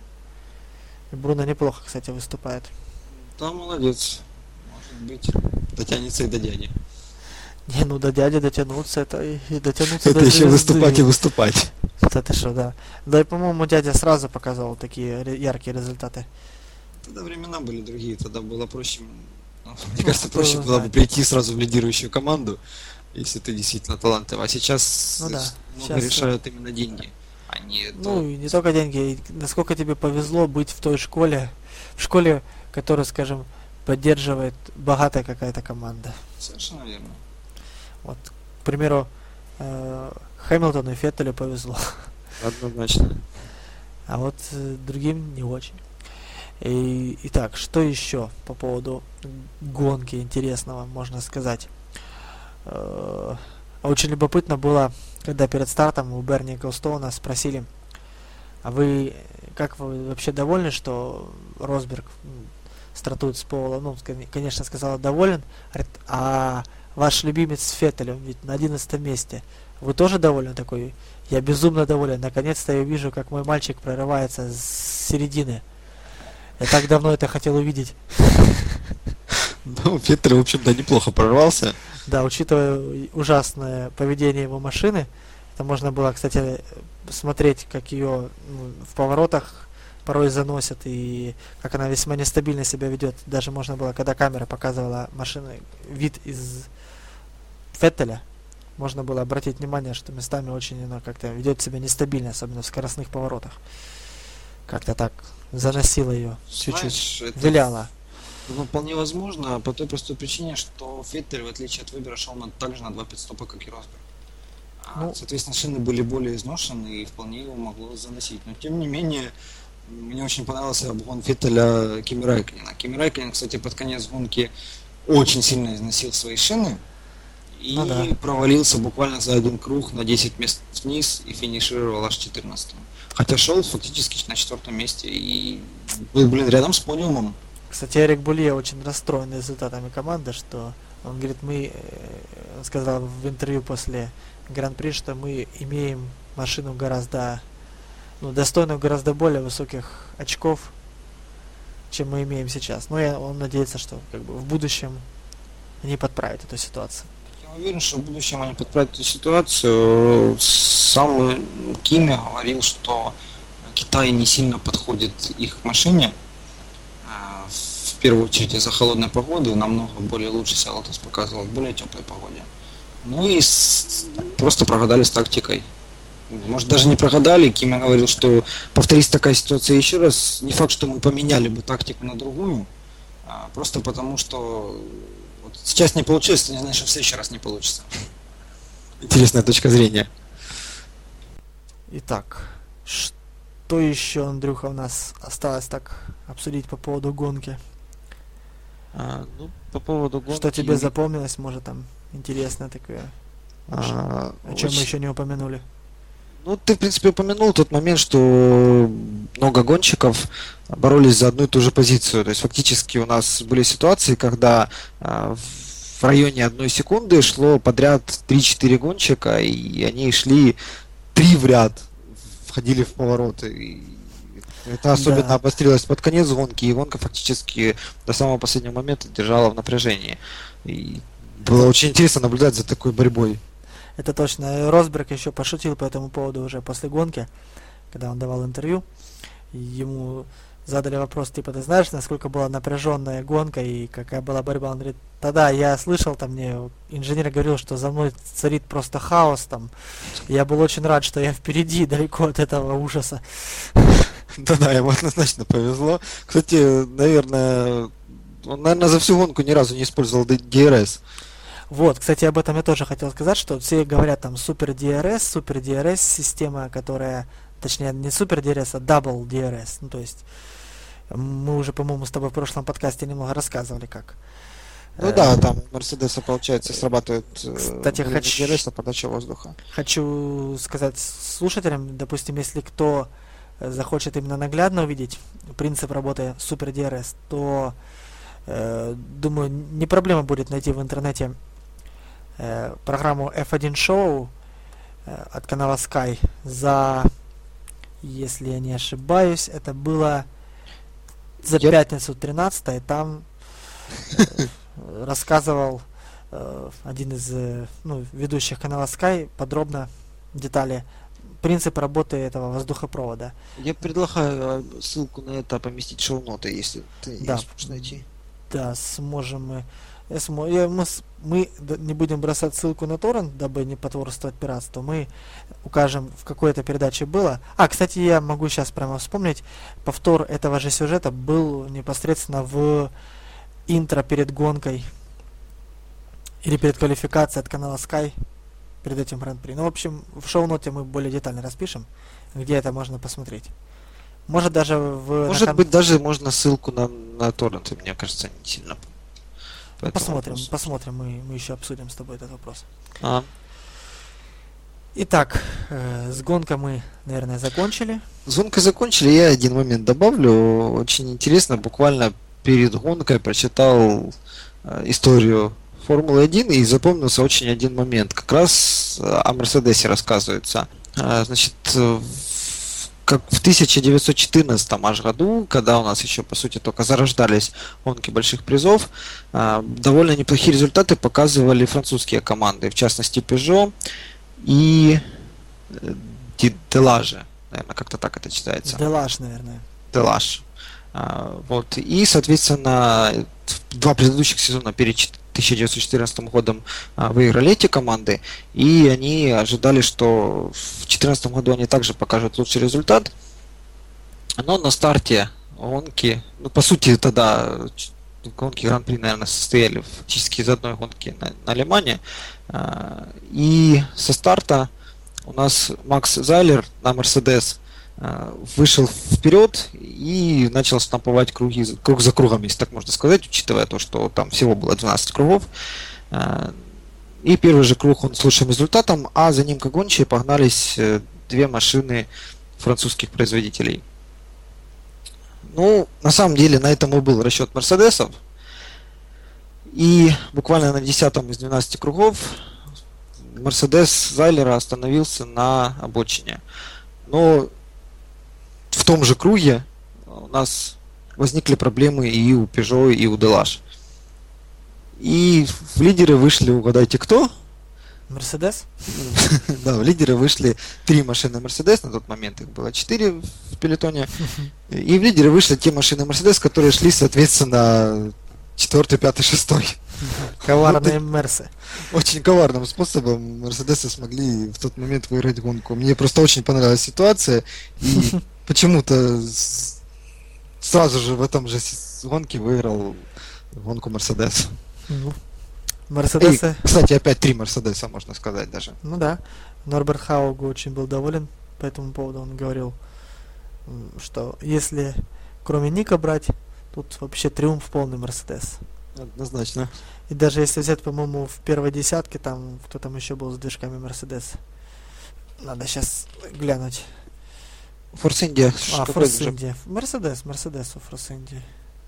И Бруно неплохо, кстати, выступает. Да, молодец. Может быть, дотянется и до дяди. Не, ну до дяди дотянуться, это и, и дотянуться Это до еще звезды. выступать и выступать. Да ты что, да. Да и, по-моему, дядя сразу показывал такие ре- яркие результаты. Тогда времена были другие, тогда было проще. ну, Мне Ну, кажется, кто проще его было бы знает. прийти сразу в лидирующую команду, если ты действительно талантлив. А сейчас Ну да, много щас, решают именно деньги, а не Ну, то. и не только деньги, и насколько тебе повезло быть в той школе, в школе, которая, скажем, поддерживает богатая какая-то команда. Совершенно верно. Вот, к примеру, э, Хэмилтону и Феттелю повезло, Однозначно. а вот э, другим не очень. И, итак, что еще по поводу гонки интересного можно сказать? Э, Очень любопытно было, когда перед стартом у Берни Эклстоуна спросили, а вы, как вы вообще довольны, что Росберг м, стартует с Пола? Ну, кон- конечно, сказал доволен. Говорит, а ваш любимец Феттель, он ведь на одиннадцатом месте. Вы тоже довольны? Такой, я безумно доволен. Наконец-то я вижу, как мой мальчик прорывается с середины. Я так давно это хотел увидеть. Ну, Феттель, в общем-то, неплохо прорвался. Да, учитывая ужасное поведение его машины, это можно было, кстати, смотреть, как ее ну, в поворотах порой заносят и как она весьма нестабильно себя ведет. Даже можно было, когда камера показывала машины, вид из Феттеля, можно было обратить внимание, что местами очень она как-то ведет себя нестабильно, особенно в скоростных поворотах. Как-то так заносила ее чуть-чуть, Знаешь, это виляла. ну, вполне возможно, по той простой причине, что Феттель, в отличие от Вебера, шел на, также на два пидстопа, как и Росберг. А, Ну. Соответственно, шины были более изношены и вполне его могло заносить. Но, тем не менее, мне очень понравился обгон Феттеля Кими Райконена. Кими Райконен, кстати, под конец гонки очень сильно износил свои шины и Ну да. провалился буквально за один круг на десять мест вниз и финишировал аж четырнадцатым. Хотя шел фактически на четвертом месте и был, блин, рядом с подиумом. Кстати, Эрик Булье очень расстроен результатами команды, что он говорит, мы, э, он сказал в интервью после Гран-при, что мы имеем машину гораздо, ну, достойную гораздо более высоких очков, чем мы имеем сейчас. Но я, он надеется, что как бы в будущем они подправят эту ситуацию. Я уверен, что в будущем они подправят эту ситуацию. Сам Кими говорил, что Китай не сильно подходит их машине. В первую очередь из-за холодной погоды, намного более лучше себя Lotus показывал в более теплой погоде. Ну и с... просто прогадали с тактикой. Может, даже не прогадали. Кима говорил, что повторится такая ситуация еще раз. Не факт, что мы поменяли бы тактику на другую. А просто потому, что вот сейчас не получилось, не значит, что в следующий раз не получится. Интересная точка зрения. Итак, что еще, Андрюха, у нас осталось так обсудить по поводу гонки? А, ну, по поводу гонки... Что тебе запомнилось, может, там, интересное такое? А, о чем очень... мы еще не упомянули? Ну, ты, в принципе, упомянул тот момент, что много гонщиков боролись за одну и ту же позицию. То есть, фактически, у нас были ситуации, когда а, в районе одной секунды шло подряд три-четыре гонщика, и они шли три в ряд, входили в повороты. И это особенно да. обострилось под конец гонки, и гонка фактически до самого последнего момента держала в напряжении. И было очень интересно наблюдать за такой борьбой. Это точно. Росберг еще пошутил по этому поводу уже после гонки, когда он давал интервью. Ему задали вопрос, типа, ты знаешь, насколько была напряженная гонка и какая была борьба? Он говорит, да-да, я слышал, там мне инженер говорил, что за мной царит просто хаос там. Я был очень рад, что я впереди, далеко от этого ужаса. Да-да, ему однозначно повезло. Кстати, наверное, он, наверное, за всю гонку ни разу не использовал ди ар эс. Вот, кстати, об этом я тоже хотел сказать, что все говорят там супер ди ар эс, супер ди ар эс система, которая, точнее, не супер ди ар эс, а double ди ар эс. Ну, то есть, мы уже, по-моему, с тобой в прошлом подкасте немного рассказывали, как. Ну э- да, там у Мерседеса, получается, срабатывает кстати, хочу... ди ар эс на подачу воздуха. Хочу сказать слушателям, допустим, если кто захочет именно наглядно увидеть принцип работы супер ди ар эс, то, э, думаю, не проблема будет найти в интернете программу эф один Show от канала Sky за, если я не ошибаюсь, это было за yep. пятницу тринадцатое, там э, рассказывал э, один из э, ну, ведущих канала Sky подробно детали принцип работы этого воздухопровода. Я предлагаю ссылку на это поместить в шоу-ноты, если ты да. не сможешь найти. Да, сможем мы. Мы, мы не будем бросать ссылку на торрент, дабы не потворствовать пиратству. Мы укажем, в какой-то передаче было. А, кстати, я могу сейчас прямо вспомнить. Повтор этого же сюжета был непосредственно в интро перед гонкой или перед квалификацией от канала Sky перед этим гран-при. Ну, в общем, в шоу-ноте мы более детально распишем, где это можно посмотреть. Может даже в... Может на... быть, даже можно ссылку на, на торренты, мне кажется, не сильно. Посмотрим, вопросу. посмотрим, мы, мы еще обсудим с тобой этот вопрос. А. Итак, э, с гонкой мы, наверное, закончили. С гонкой закончили, я один момент добавлю. Очень интересно, буквально перед гонкой прочитал э, историю Формулы один и запомнился очень один момент. Как раз о Мерседесе рассказывается. Э, значит, в как в тысяча девятьсот четырнадцатом аж году, когда у нас еще, по сути, только зарождались гонки больших призов, довольно неплохие результаты показывали французские команды, в частности Peugeot и Delage, наверное, как-то так это читается. Delage, наверное. Delage. Вот. И, соответственно, два предыдущих сезона перед тысяча девятьсот четырнадцатым годом выиграли эти команды, и они ожидали, что в две тысячи четырнадцатом году они также покажут лучший результат. Но на старте гонки, ну, по сути, тогда гонки Гран-при, наверное, состояли фактически из одной гонки на, на Лимане. И со старта у нас Макс Зайлер на Мерседес вышел вперед и начал штамповать круги, круг за кругом, если так можно сказать, учитывая то, что там всего было двенадцать кругов. И первый же круг он с лучшим результатом, а за ним как гончие погнались две машины французских производителей. Ну, на самом деле, на этом и был расчет Мерседесов. И буквально на десятом из двенадцати кругов Мерседес Зайлера остановился на обочине. Но в том же круге у нас возникли проблемы и у Peugeot, и у Delage. И в лидеры вышли, угадайте кто? Мерседес? Да, в лидеры вышли три машины Mercedes, на тот момент их было четыре в пелотоне. И в лидеры вышли те машины Mercedes, которые шли, соответственно, четвертый, пятый, шестой. Коварные Мерсы. Очень коварным способом Мерседесы смогли в тот момент выиграть гонку. Мне просто очень понравилась ситуация, и почему-то с- сразу же в этом же с- гонке выиграл гонку Мерседес. Ну, И, Мерседесы, кстати, опять три Мерседеса, можно сказать даже. ну да. Норберт Хаугу очень был доволен по этому поводу. Он говорил, м, что если кроме Ника брать, тут вообще триумф полный Мерседес. Однозначно. И даже если взять, по-моему, в первой десятке, там кто там еще был с движками Мерседес. Надо сейчас глянуть. Форс Индия. А, какой Форс же? Индия. Мерседес, Мерседес у Форс Индии.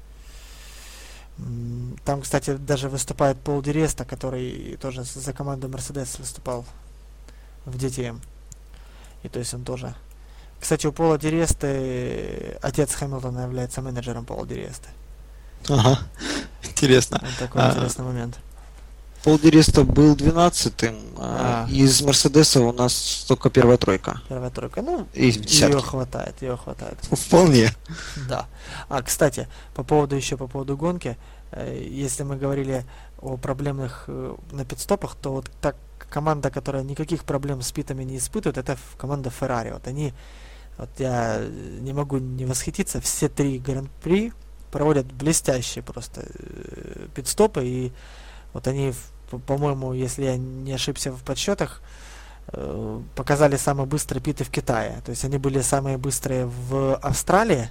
М, Там, кстати, даже выступает Пол Ди Реста, который тоже с- за команду Мерседес выступал в ди ти эм. И то есть он тоже... Кстати, у Пола Ди Ресты отец Хэмилтона является менеджером Пола Ди Ресты. Ага. Интересно. Вот такой А, интересный момент. Пол Ди Реста был двенадцатым, а А. из Мерседеса у нас только первая тройка. Первая тройка. Ну, Из ее десятки. хватает, ее хватает. Вполне. Да. А, кстати, по поводу еще по поводу гонки, э, если мы говорили о проблемных э, на пидстопах, то вот так команда, которая никаких проблем с питами не испытывает, это ф- команда Ferrari. Вот они, вот я э, не могу не восхититься, все три гран-при проводят блестящие просто э, пидстопы, и вот они, в- по- по-моему, если я не ошибся в подсчетах, э, показали самые быстрые питы в Китае. То есть они были самые быстрые в Австралии,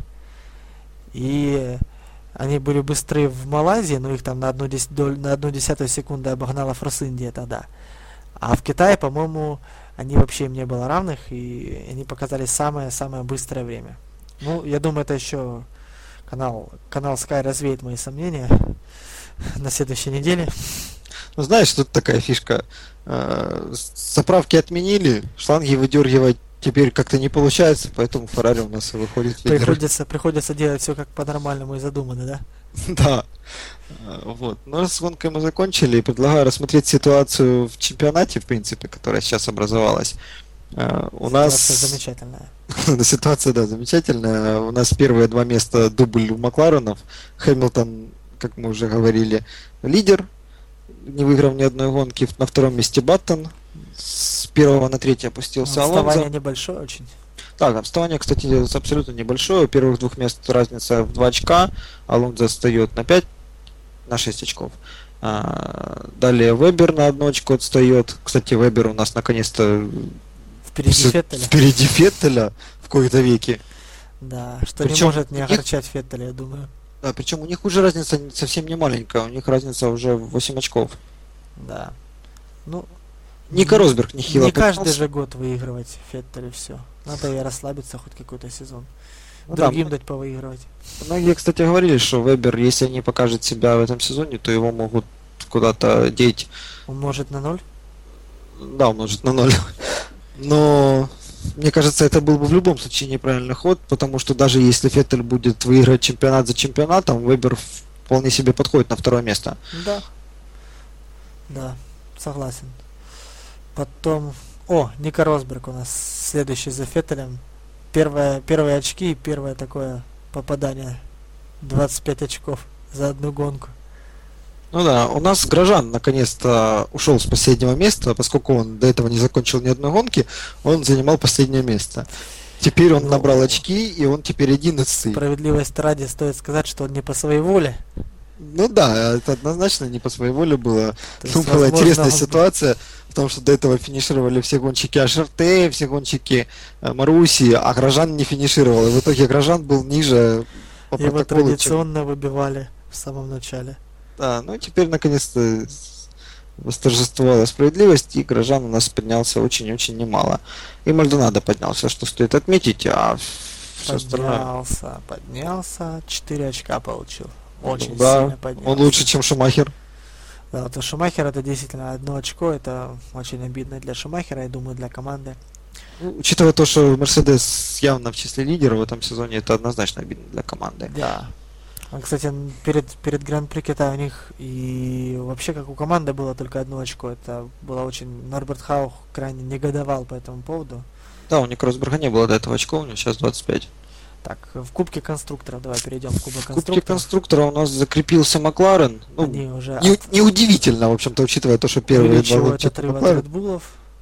и они были быстрые в Малайзии, но их там на одну, дес- доль- на одну десятую секунды обогнала Форс Индия тогда. А в Китае, по-моему, они вообще им не было равных, и они показали самое-самое быстрое время. Ну, я думаю, это еще канал, канал Sky развеет мои сомнения на следующей неделе. Ну, знаешь, тут такая фишка. Э, с- Заправки отменили, шланги выдергивать теперь как-то не получается, поэтому Феррари у нас и выходит в лидеры. Приходится, приходится делать все как по-нормальному и задумано, да? Да. Э, Вот. Но с гонкой мы закончили, и предлагаю рассмотреть ситуацию в чемпионате, в принципе, которая сейчас образовалась. Э, У нас... Ситуация замечательная. Да, ситуация, да, замечательная. У нас первые два места дубль у Макларенов. Хэмилтон, как мы уже говорили, лидер, не выиграв ни одной гонки. На втором месте Баттон. С первого на третье опустился Отставание Алонзо. небольшое очень. Так, отставание, кстати, абсолютно небольшое. У первых двух мест разница в два очка. Алонзо отстает на пять, на шесть очков. А, далее Вебер на одну очко отстает. Кстати, Вебер у нас наконец-то Впереди всё- Феттеля. впереди Феттеля в кои-то веки. Да, что не Причем может не у них- огорчать Феттеля, я думаю. Да, причем у них уже разница не- совсем не маленькая, у них разница уже в восемь очков. Да. Ну, Ника не- Росберг нехило не каждый поднялся. же год выигрывать Феттель и все. Надо и расслабиться хоть какой-то сезон. Ну да, Другим дать повыигрывать. многие, кстати, говорили, что Вебер, если не покажет себя в этом сезоне, то его могут куда-то деть. Умножить на ноль. Да, умножить на ноль. Но мне кажется, это был бы в любом случае неправильный ход, потому что даже если Феттель будет выиграть чемпионат за чемпионатом, Вебер вполне себе подходит на второе место. Да. Да, согласен. Потом... О, Ника Росберг у нас следующий за Феттелем. Первое, первые очки и первое такое попадание. двадцать пять очков за одну гонку. Ну да, у нас Грожан наконец-то ушел с последнего места, поскольку он до этого не закончил ни одной гонки, он занимал последнее место. Теперь он Ну, набрал очки, и он теперь одиннадцатый. Справедливости ради стоит сказать, что он не по своей воле. Ну да, это однозначно не по своей воле было. То Ну, есть, была возможно, интересная он- ситуация, потому что до этого финишировали все гонщики АШРТ, все гонщики э, Маруси, а Грожан не финишировал. И в итоге Грожан был ниже по Его протоколу, чем- традиционно выбивали в самом начале. Да, ну теперь наконец-то восторжествовала справедливость, и Грожан у нас поднялся очень-очень немало. И Мальдонадо поднялся, что стоит отметить, а все остальное... Поднялся, поднялся, четыре очка получил. Очень да, сильно поднялся. он лучше, чем Шумахер. Да, вот у Шумахера это действительно одно очко, это очень обидно для Шумахера, я думаю, для команды. Ну, учитывая то, что Мерседес явно в числе лидеров в этом сезоне, это однозначно обидно для команды. Да. А, кстати, н- перед, перед Гран-при Китая у них и вообще как у команды было только одно очко. Это было очень... Норберт Хаух крайне негодовал по этому поводу. Да, у Ника Росберга не было до этого очков, у него сейчас двадцать пять. Так, в Кубке конструкторов, давай перейдем в Кубок В Кубке конструкторов. конструктора у нас закрепился Макларен. Ну, Они уже не- от- неудивительно, в общем-то, учитывая то, что первые два увеличивают гонщика отрыв от Макларен. Редбулов.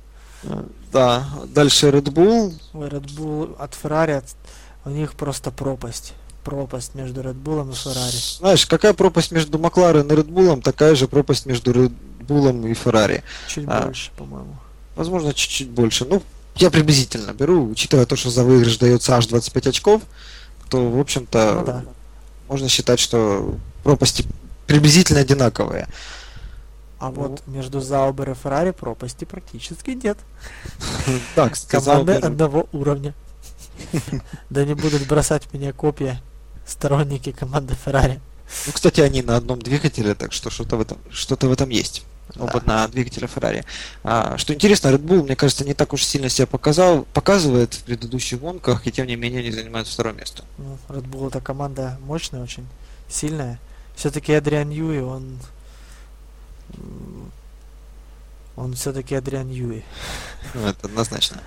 Да, дальше Red Bull. Ой, Red Bull от Феррари, от- у них просто пропасть. Пропасть между Red Bull и Феррари. Знаешь, какая пропасть между Макларен и Red Bull, такая же пропасть между Red Bull и Феррари. Чуть А. больше, по-моему. Возможно, чуть-чуть больше. Ну, я приблизительно беру, учитывая то, что за выигрыш дается аж двадцать пять очков, то, в общем-то, Ну да. можно считать, что пропасти приблизительно одинаковые. А Ну. вот между Заубер и Феррари пропасти практически нет. Да, кстати, Команды Заубер- одного уровня. Да не будут бросать меня копья сторонники команды Феррари. Ну, кстати, они на одном двигателе, так что что-то в этом, что-то в этом есть. Оба на двигателе Ferrari. А, что интересно, Red Bull, мне кажется, не так уж сильно себя показал, показывает в предыдущих гонках, и тем не менее они занимают второе место. Ну, Red Bull это команда мощная, очень сильная. Все-таки Адриан Ньюи, он... м, Он все-таки Адриан Ньюи. Ну, это однозначно.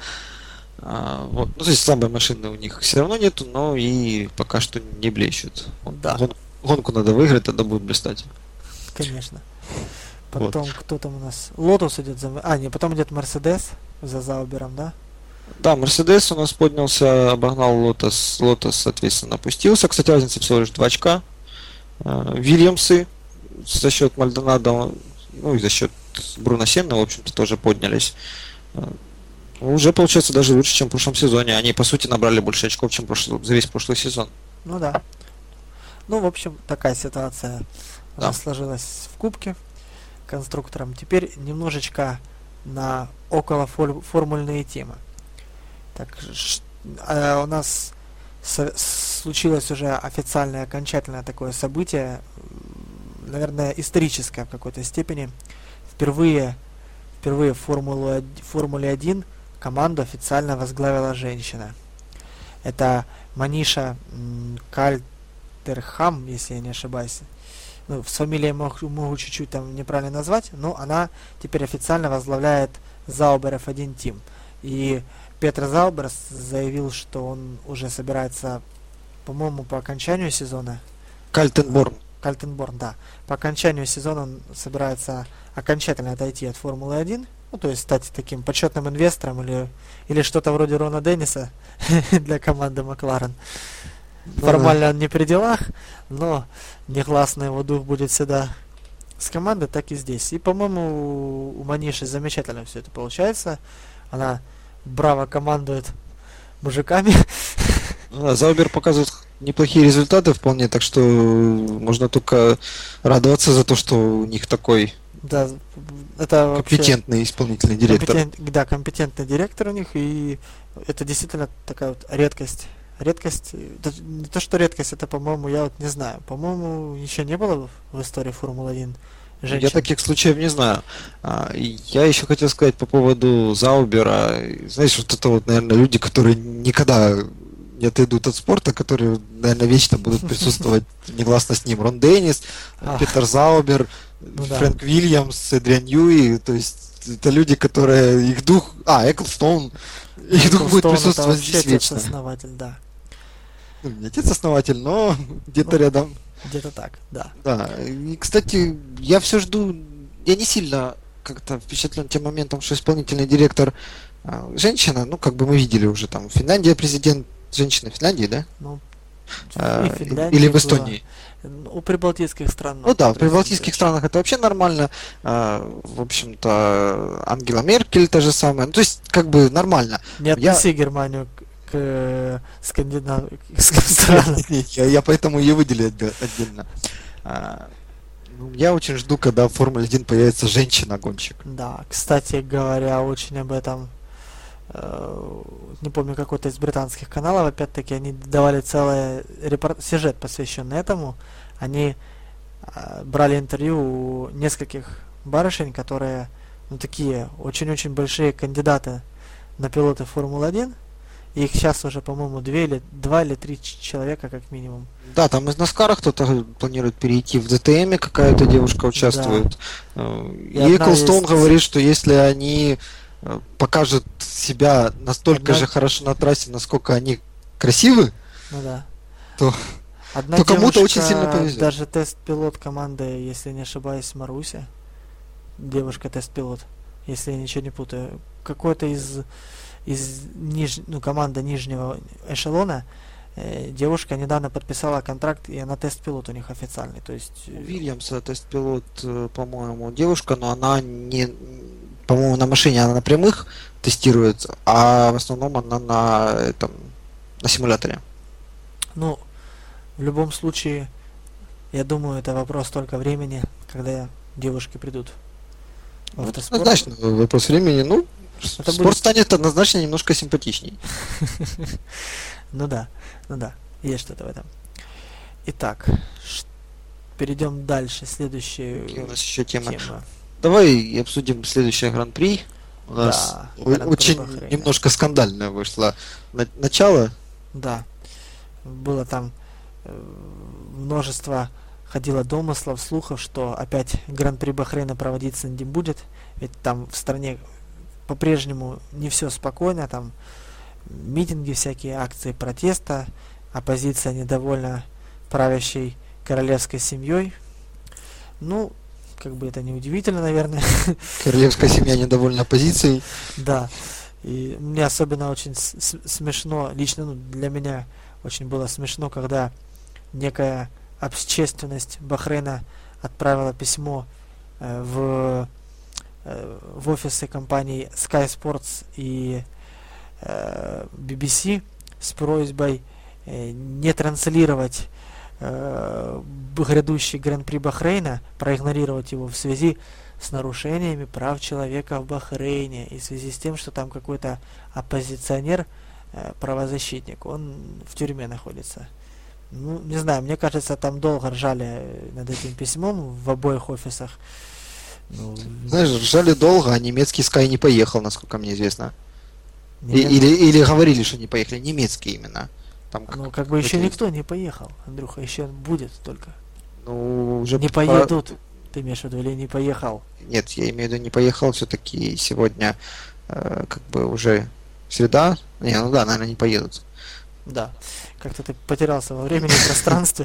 А, вот. Ну, то есть слабой машины у них все равно нету, но и пока что не блещут. Да. Гон- гонку надо выиграть, тогда будет блистать. Конечно. Вот. Потом кто там у нас? Лотус идет за... А, не, потом идет Мерседес за Заубером, да? Да, Мерседес у нас поднялся, обогнал Лотос, Лотос, соответственно, опустился. Кстати, разница всего лишь два очка. А, Вильямсы за счет Мальдонадо, ну и за счет Бруно Сенна, в общем-то, тоже поднялись. А, Уже получается даже лучше, чем в прошлом сезоне. Они, по сути, набрали больше очков, чем прошлый, за весь прошлый сезон. Ну да. Ну, в общем, такая ситуация у Да. нас сложилась в Кубке конструктором. Теперь немножечко на около фор- формульные темы. Так, ш- э, у нас со- случилось уже официальное, окончательное такое событие, м, наверное, историческое в какой-то степени. Впервые, впервые в Формулу од- Формуле один команду официально возглавила женщина. Это Маниша м, Кальтерхам, если я не ошибаюсь. Ну, с фамилией могу, могу чуть-чуть там неправильно назвать, но она теперь официально возглавляет Заубер эф один Team. И Петр Заубер заявил, что он уже собирается, по-моему, по окончанию сезона, Кальтенборн. Кальтенборн, да, по окончанию сезона он собирается окончательно отойти от Формулы один, ну, то есть стать таким почетным инвестором или, или что-то вроде Рона Денниса для команды Макларен. Формально он не при делах, но негласно его дух будет всегда с командой, так и здесь. И, по-моему, у Маниши замечательно все это получается. Она браво командует мужиками. Ну да, Заубер показывает неплохие результаты вполне, так что можно только радоваться за то, что у них такой Да, это вообще компетентный исполнительный директор. компетент- да, компетентный директор у них, и это действительно такая вот редкость. Редкость, э, да, не то что редкость, это, по-моему, я вот не знаю. По-моему, еще не было в, в истории Формулы один женщин. Я таких случаев не знаю. А, и я еще хотел сказать по поводу Заубера. Знаешь, вот это вот, наверное, люди, которые никогда не отойдут от спорта, которые, наверное, вечно будут присутствовать негласно с ним. Рон Деннис, А. Питер Заубер, Ну да. Фрэнк Вильямс, Эдриан Ньюи. То есть это люди, которые их дух... А, Эклстоун. Их дух будет Стоун это присутствовать вообще здесь отец вечно. основатель, да. Ну, не отец-основатель, но где-то Ну. рядом. Где-то так, да. Да, и, кстати, я все жду, я не сильно как-то впечатлен тем моментом, что исполнительный директор а, женщина, ну, как бы мы видели уже там, Финляндия президент, женщина Финляндии, да? Ну, А, и в Финляндии или в было. Эстонии. Ну, у прибалтийских стран. Ну да, в президент прибалтийских женщина. странах это вообще нормально. А, в общем-то, Ангела Меркель та же самая. Ну, то есть, как бы нормально. Не Я- относи Германию к, к э, скандинавским странам. Я, я поэтому ее выделил отде- отдельно. А, ну, я очень жду, когда в Формуле один появится женщина-гонщик. Да, кстати говоря, очень об этом, э, не помню, какой-то из британских каналов, опять-таки, они давали целый репорт, сюжет, посвященный этому. Они э, брали интервью у нескольких барышень, которые, ну, такие очень-очень большие кандидаты на пилоты Формулы один, Их сейчас уже, по-моему, две или два или три ч- человека как минимум. Да, там из Наскара кто-то планирует перейти, в дэ тэ эм какая-то девушка участвует. Э, И И одна Эклстоун есть- говорит, что если они э, покажут себя настолько Одна- же хорошо на трассе, насколько они красивы, Ну да. То- Одна то кому-то очень девушка, сильно повезет. Даже тест-пилот команды, если не ошибаюсь, Маруся. Девушка тест-пилот, если я ничего не путаю. Какой-то из, из ниж... ну, команды нижнего эшелона э, девушка недавно подписала контракт, и она тест-пилот у них официальный. То есть... у э, Вильямса тест-пилот, э, по-моему, девушка, но она не, по-моему, на машине она на прямых тестирует, а в основном она на этом, на симуляторе. Ну, в любом случае, я думаю, это вопрос только времени, когда девушки придут в Ну, автоспорт. однозначно, вопрос времени, ну, Это спорт будет- станет однозначно немножко симпатичней. Ну да, ну да, есть что-то в этом. Итак, ш- перейдем дальше. Следующая Какие у нас еще темы? тема. Давай обсудим следующее гран-при. У нас Да, о- Гран-при очень Бахрейна. немножко скандальное вышло на- начало. Да, было там э, множество ходило домыслов, слухов, что опять Гран-при Бахрейна проводиться не будет, ведь там в стране по-прежнему не все спокойно, там митинги всякие, акции протеста, оппозиция недовольна правящей королевской семьей. Ну, как бы это не удивительно, наверное. Королевская семья недовольна оппозицией. Да. И мне особенно очень с- с- смешно, лично ну, для меня очень было смешно, когда некая общественность Бахрейна отправила письмо э, в, э, в офисы компаний Sky Sports и э, би би си с просьбой э, не транслировать э, б- грядущий Гран-при Бахрейна, проигнорировать его в связи с нарушениями прав человека в Бахрейне и в связи с тем, что там какой-то оппозиционер, э, правозащитник, он в тюрьме находится. Ну, не знаю, мне кажется, там долго ржали над этим письмом в обоих офисах. Ну, Знаешь, ржали долго, а немецкий Sky не поехал, насколько мне известно. И- немец- или, или говорили, что не поехали. Немецкий именно. Там как- ну, как бы еще какой-то никто не поехал, Андрюха, еще будет только. Ну, уже Не пора- поедут, ты имеешь в виду, или не поехал? Нет, я имею в виду, не поехал все-таки сегодня, э, как бы уже среда. Не, ну да, наверное, не поедут. Да. Как-то ты потерялся во времени и пространстве.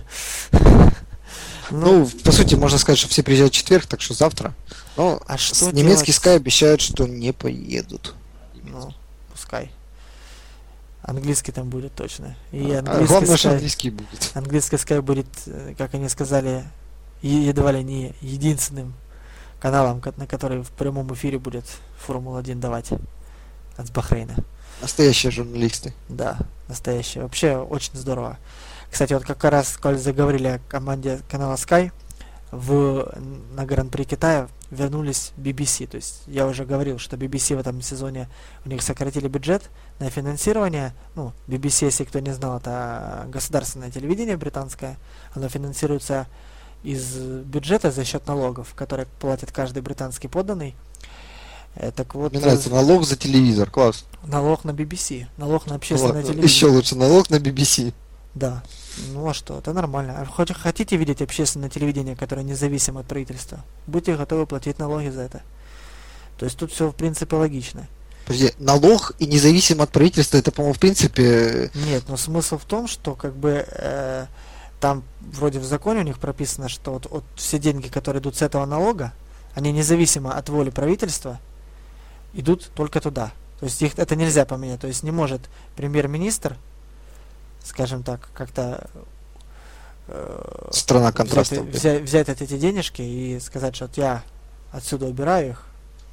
Ну, по сути, можно сказать, что все приезжают в четверг, так что завтра. Но А с- что немецкий делать? Sky обещает, что не поедут. Ну, пускай. Английский там будет точно. И А английский главное, что Sky- английский будет. английский Sky будет, э, как они сказали, е- едва ли не единственным каналом, ко- на который в прямом эфире будет Формула один давать от Бахрейна. Настоящие журналисты. Да, настоящее. Вообще очень здорово. Кстати, вот как раз, коль заговорили о команде канала Sky, в, на Гран-при Китая вернулись би би си. То есть я уже говорил, что би би си в этом сезоне у них сократили бюджет на финансирование. Ну, би би си, если кто не знал, это государственное телевидение британское. Оно финансируется из бюджета за счет налогов, которые платит каждый британский подданный. Э, так вот, Мне нравится налог за телевизор, класс. налог на би би си, налог на общественное Ладно, телевидение. еще лучше налог на би би си. Да. Ну а что, это нормально. А хоть хотите видеть общественное телевидение, которое независимо от правительства, будьте готовы платить налоги за это. То есть тут все в принципе логично. Подожди, налог и независимо от правительства, это, по-моему, в принципе... Нет, но смысл в том, что как бы э, там вроде в законе у них прописано, что вот, вот все деньги, которые идут с этого налога, они независимо от воли правительства идут только туда. То есть их это нельзя поменять. То есть не может премьер-министр, скажем так, как-то э, Страна взять, контрастов. взять, взять вот эти денежки и сказать, что вот я отсюда убираю их.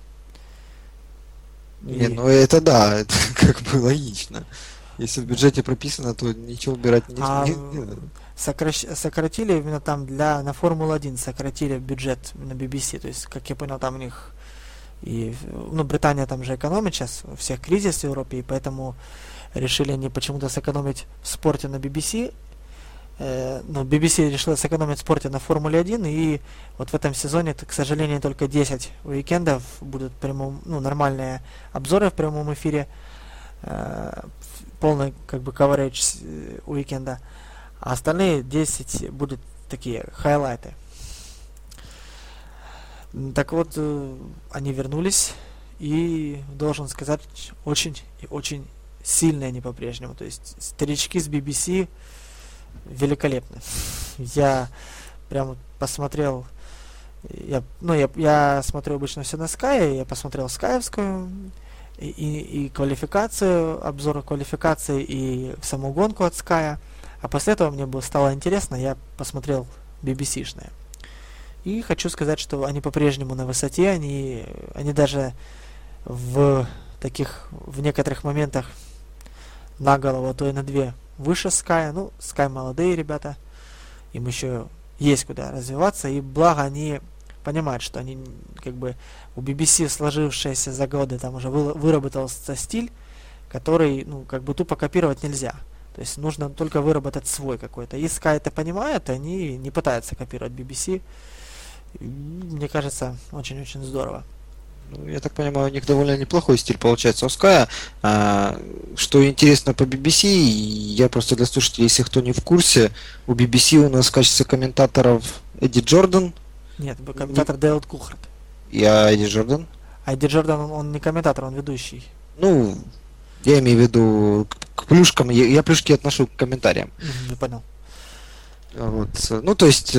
Не, И- ну это да, это как бы логично. Если в бюджете прописано, то ничего убирать не, А не- не надо. сокращ- сократили именно там для на Формулу один сократили бюджет на би би си. То есть, как я понял, там у них и ну, Британия там же экономит сейчас, у всех кризис в Европе, и поэтому решили они почему-то сэкономить в спорте на би би си. Э, ну, би би си решила сэкономить в спорте на Формуле один, и вот в этом сезоне, к сожалению, только десять уикендов будут прямом, ну, нормальные обзоры в прямом эфире. Э, полный как бы coverage э, уикенда, а остальные десять будут такие хайлайты. Так вот, э, они вернулись, и должен сказать, очень и очень сильные они по-прежнему. То есть старички с би би си великолепны. Я прям посмотрел, я, ну, я, я смотрю обычно все на Sky, я посмотрел скаевскую и, и, и квалификацию, обзор квалификации и саму гонку от Sky, а после этого мне было, стало интересно, я посмотрел би би си-шные. И хочу сказать, что они по-прежнему на высоте, они, они даже в таких, в некоторых моментах на голову, а то и на две выше Sky. Ну, Sky молодые ребята, им еще есть куда развиваться, и благо они понимают, что они как бы у би би си сложившиеся за годы там уже вы, выработался стиль, который, ну, как бы тупо копировать нельзя. То есть нужно только выработать свой какой-то. И Sky это понимает, они не пытаются копировать би би си. И, мне кажется, очень-очень здорово. Ну, я так понимаю, у них довольно неплохой стиль получается у Sky. А, что интересно по би би си, я просто для слушателей, если кто не в курсе, у би би си у нас в качестве комментаторов Эдди Джордан. Нет, комментатор не... Дейл Кулхард. И а Эдди Джордан? А Эдди Джордан, он, он не комментатор, он ведущий. Ну, я имею в виду к плюшкам, я, я плюшки отношу к комментариям. Не понял. Вот. Ну, то есть,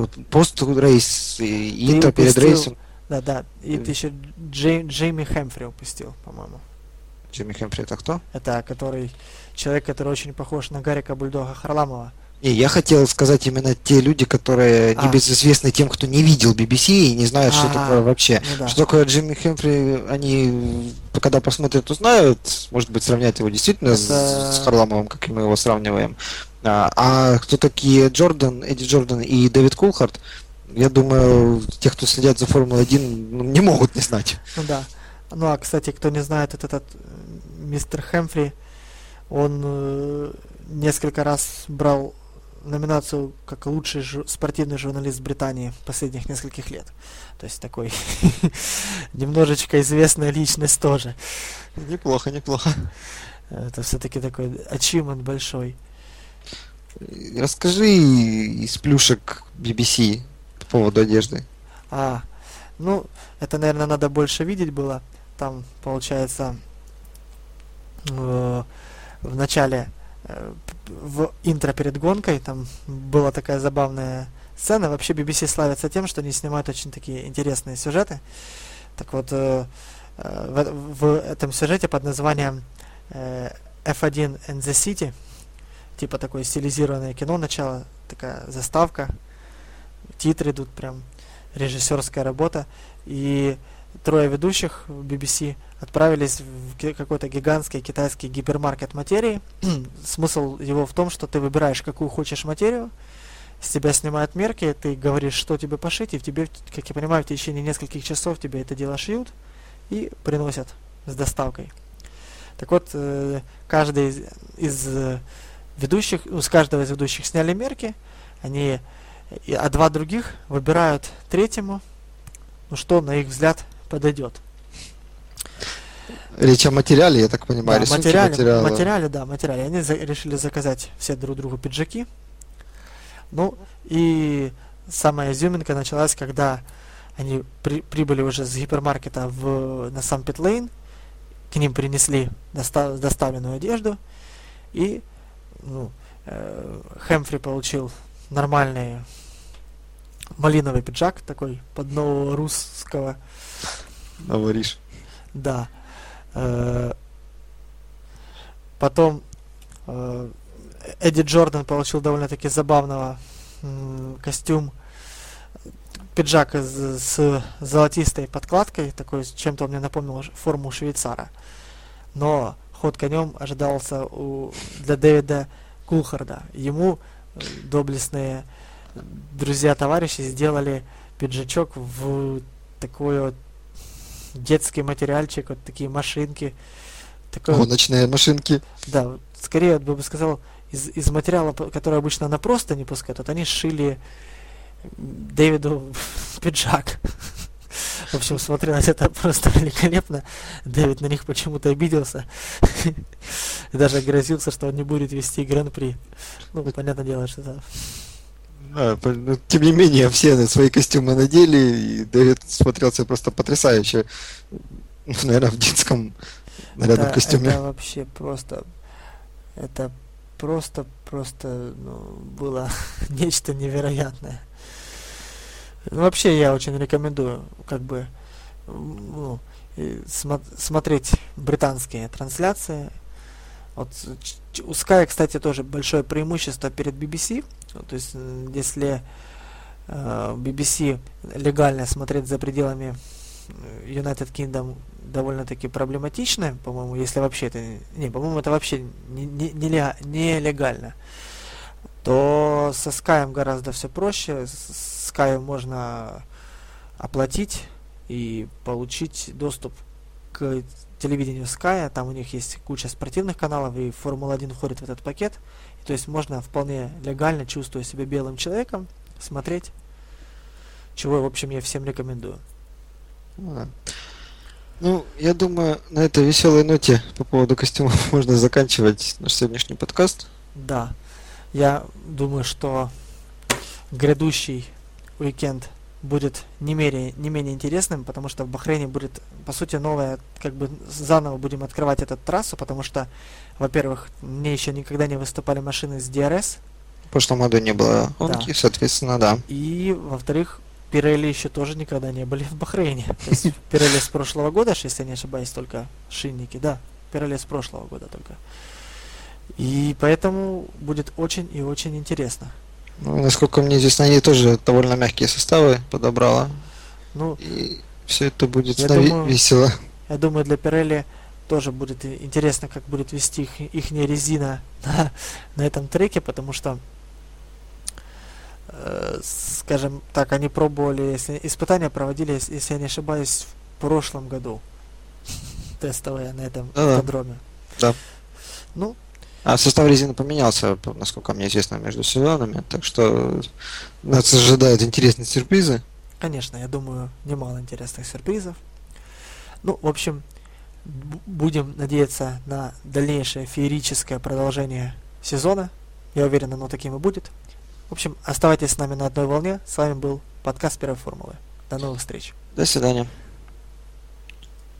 пост-рейс и интро перед рейсом. Да, да. И ты еще Джей, Джейми Хэмфри упустил, по-моему. Джейми Хэмфри это кто? Это который человек, который очень похож на Гарика Бульдога Харламова. Не, я хотел сказать именно те люди, которые а. небезызвестны тем, кто не видел би би си и не знают, А-а-а. что такое вообще. Ну, да. Что такое Джимми Хэмфри, они, когда посмотрят, узнают, может быть, сравнять его действительно это... с, с Харламовым, как и мы его сравниваем. А, а кто такие Джордан, Эдди Джордан и Дэвид Кулхард, я думаю, те, кто следят за Формулой один, ну, не могут не знать. Ну да. Ну а, кстати, кто не знает, этот, этот мистер Хэмфри, он э, несколько раз брал номинацию как лучший жу- спортивный журналист Британии последних нескольких лет. То есть такой немножечко известная личность тоже. Неплохо, неплохо. Это все-таки такой achievement большой. Расскажи из плюшек би би си по поводу одежды. А, ну, это, наверное, надо больше видеть было. Там, получается, э, в начале, э, в интро перед гонкой, там была такая забавная сцена. Вообще би би си славится тем, что они снимают очень такие интересные сюжеты. Так вот, э, э, в, в этом сюжете под названием э, эф один and the City, типа такое стилизированное кино, начало, такая заставка, титры идут, прям режиссерская работа, и трое ведущих в би би си отправились в какой-то гигантский китайский гипермаркет материи. Смысл его в том, что ты выбираешь, какую хочешь материю, с тебя снимают мерки, ты говоришь, что тебе пошить, и в тебе, как я понимаю, в течение нескольких часов тебе это дело шьют и приносят с доставкой. Так вот, каждый из, из ведущих, ну, с каждого из ведущих сняли мерки, они, а два других выбирают третьему, ну, что на их взгляд подойдет. Речь о материале, я так понимаю, да, материале, материала. материале, да, материале. Они за, решили заказать все друг другу пиджаки. Ну, и самая изюминка началась, когда они при, прибыли уже с гипермаркета в, на сам питлейн, к ним принесли доста, доставленную одежду, и ну, э, Хэмфри получил нормальный малиновый пиджак, такой под нового русского. Говоришь. Да. Э, потом э, Эдди Джордан получил довольно-таки забавного м, костюм, пиджак с, с золотистой подкладкой, такой, чем-то он мне напомнил форму швейцара. Но ход конем ожидался у, для Дэвида Кулхарда. Ему доблестные друзья-товарищи сделали пиджачок в такой вот детский материальчик, вот такие машинки. Такой гоночные вот, машинки. Да, скорее, я бы сказал, из, из материала, который обычно на просто не пускают, вот они сшили Дэвиду пиджак. В общем, смотрелось это просто великолепно. Дэвид на них почему-то обиделся. И даже грозился, что он не будет вести гран-при. Ну, понятное дело, что это... Да, по- ну, тем не менее, все на свои костюмы надели, и Дэвид смотрелся просто потрясающе. Ну, наверное, в детском нарядном Это, костюме. это вообще просто... Это просто, просто, ну, было нечто невероятное. Ну, вообще, я очень рекомендую, как бы, ну, и смо- смотреть британские трансляции. Вот ч- ч- у Sky, кстати, тоже большое преимущество перед би би си. Вот, то есть, м, если э, би би си легально смотреть за пределами э, United Kingdom довольно-таки проблематично, по-моему, если вообще это... Не, по-моему, это вообще не, не, нелега- нелегально. То со Sky гораздо все проще. С Sky можно оплатить и получить доступ к телевидению Sky. Там у них есть куча спортивных каналов, и Формула один входит в этот пакет. И, то есть можно вполне легально, чувствуя себя белым человеком, смотреть, чего, в общем, я всем рекомендую. Ну, да. Ну, я думаю, на этой веселой ноте по поводу костюмов можно заканчивать наш сегодняшний подкаст. Да, я думаю, что грядущий уикенд будет не менее, не менее интересным, потому что в Бахрейне будет, по сути, новая, как бы заново будем открывать эту трассу, потому что, во-первых, мне еще никогда не выступали машины с ди ар эс, В прошлом году не было гонки, Да. соответственно, да. и, во-вторых, Пирелли еще тоже никогда не были в Бахрейне. То есть Пирелли с прошлого года, если я не ошибаюсь, только шинники, да, Пирелли с прошлого года только. И поэтому будет очень и очень интересно. Ну, насколько мне известно, они тоже довольно мягкие составы подобрала. Ну, И все это будет Я нави- думаю- весело. я думаю, для Пирелли тоже будет и- интересно, как будет вести их, ихняя резина на, на этом треке, потому что, э, скажем так, они пробовали, если испытания проводили, ес- если я не ошибаюсь, в прошлом году тестовые на этом Да-да. автодроме. Да. Ну, А состав резины поменялся, по- насколько мне известно, между сезонами, так что нас ожидают интересные сюрпризы. конечно, я думаю, немало интересных сюрпризов. Ну, в общем, б- будем надеяться на дальнейшее феерическое продолжение сезона. Я уверен, оно таким и будет. В общем, оставайтесь с нами на одной волне. С вами был подкаст Первой Формулы. До новых встреч. До свидания.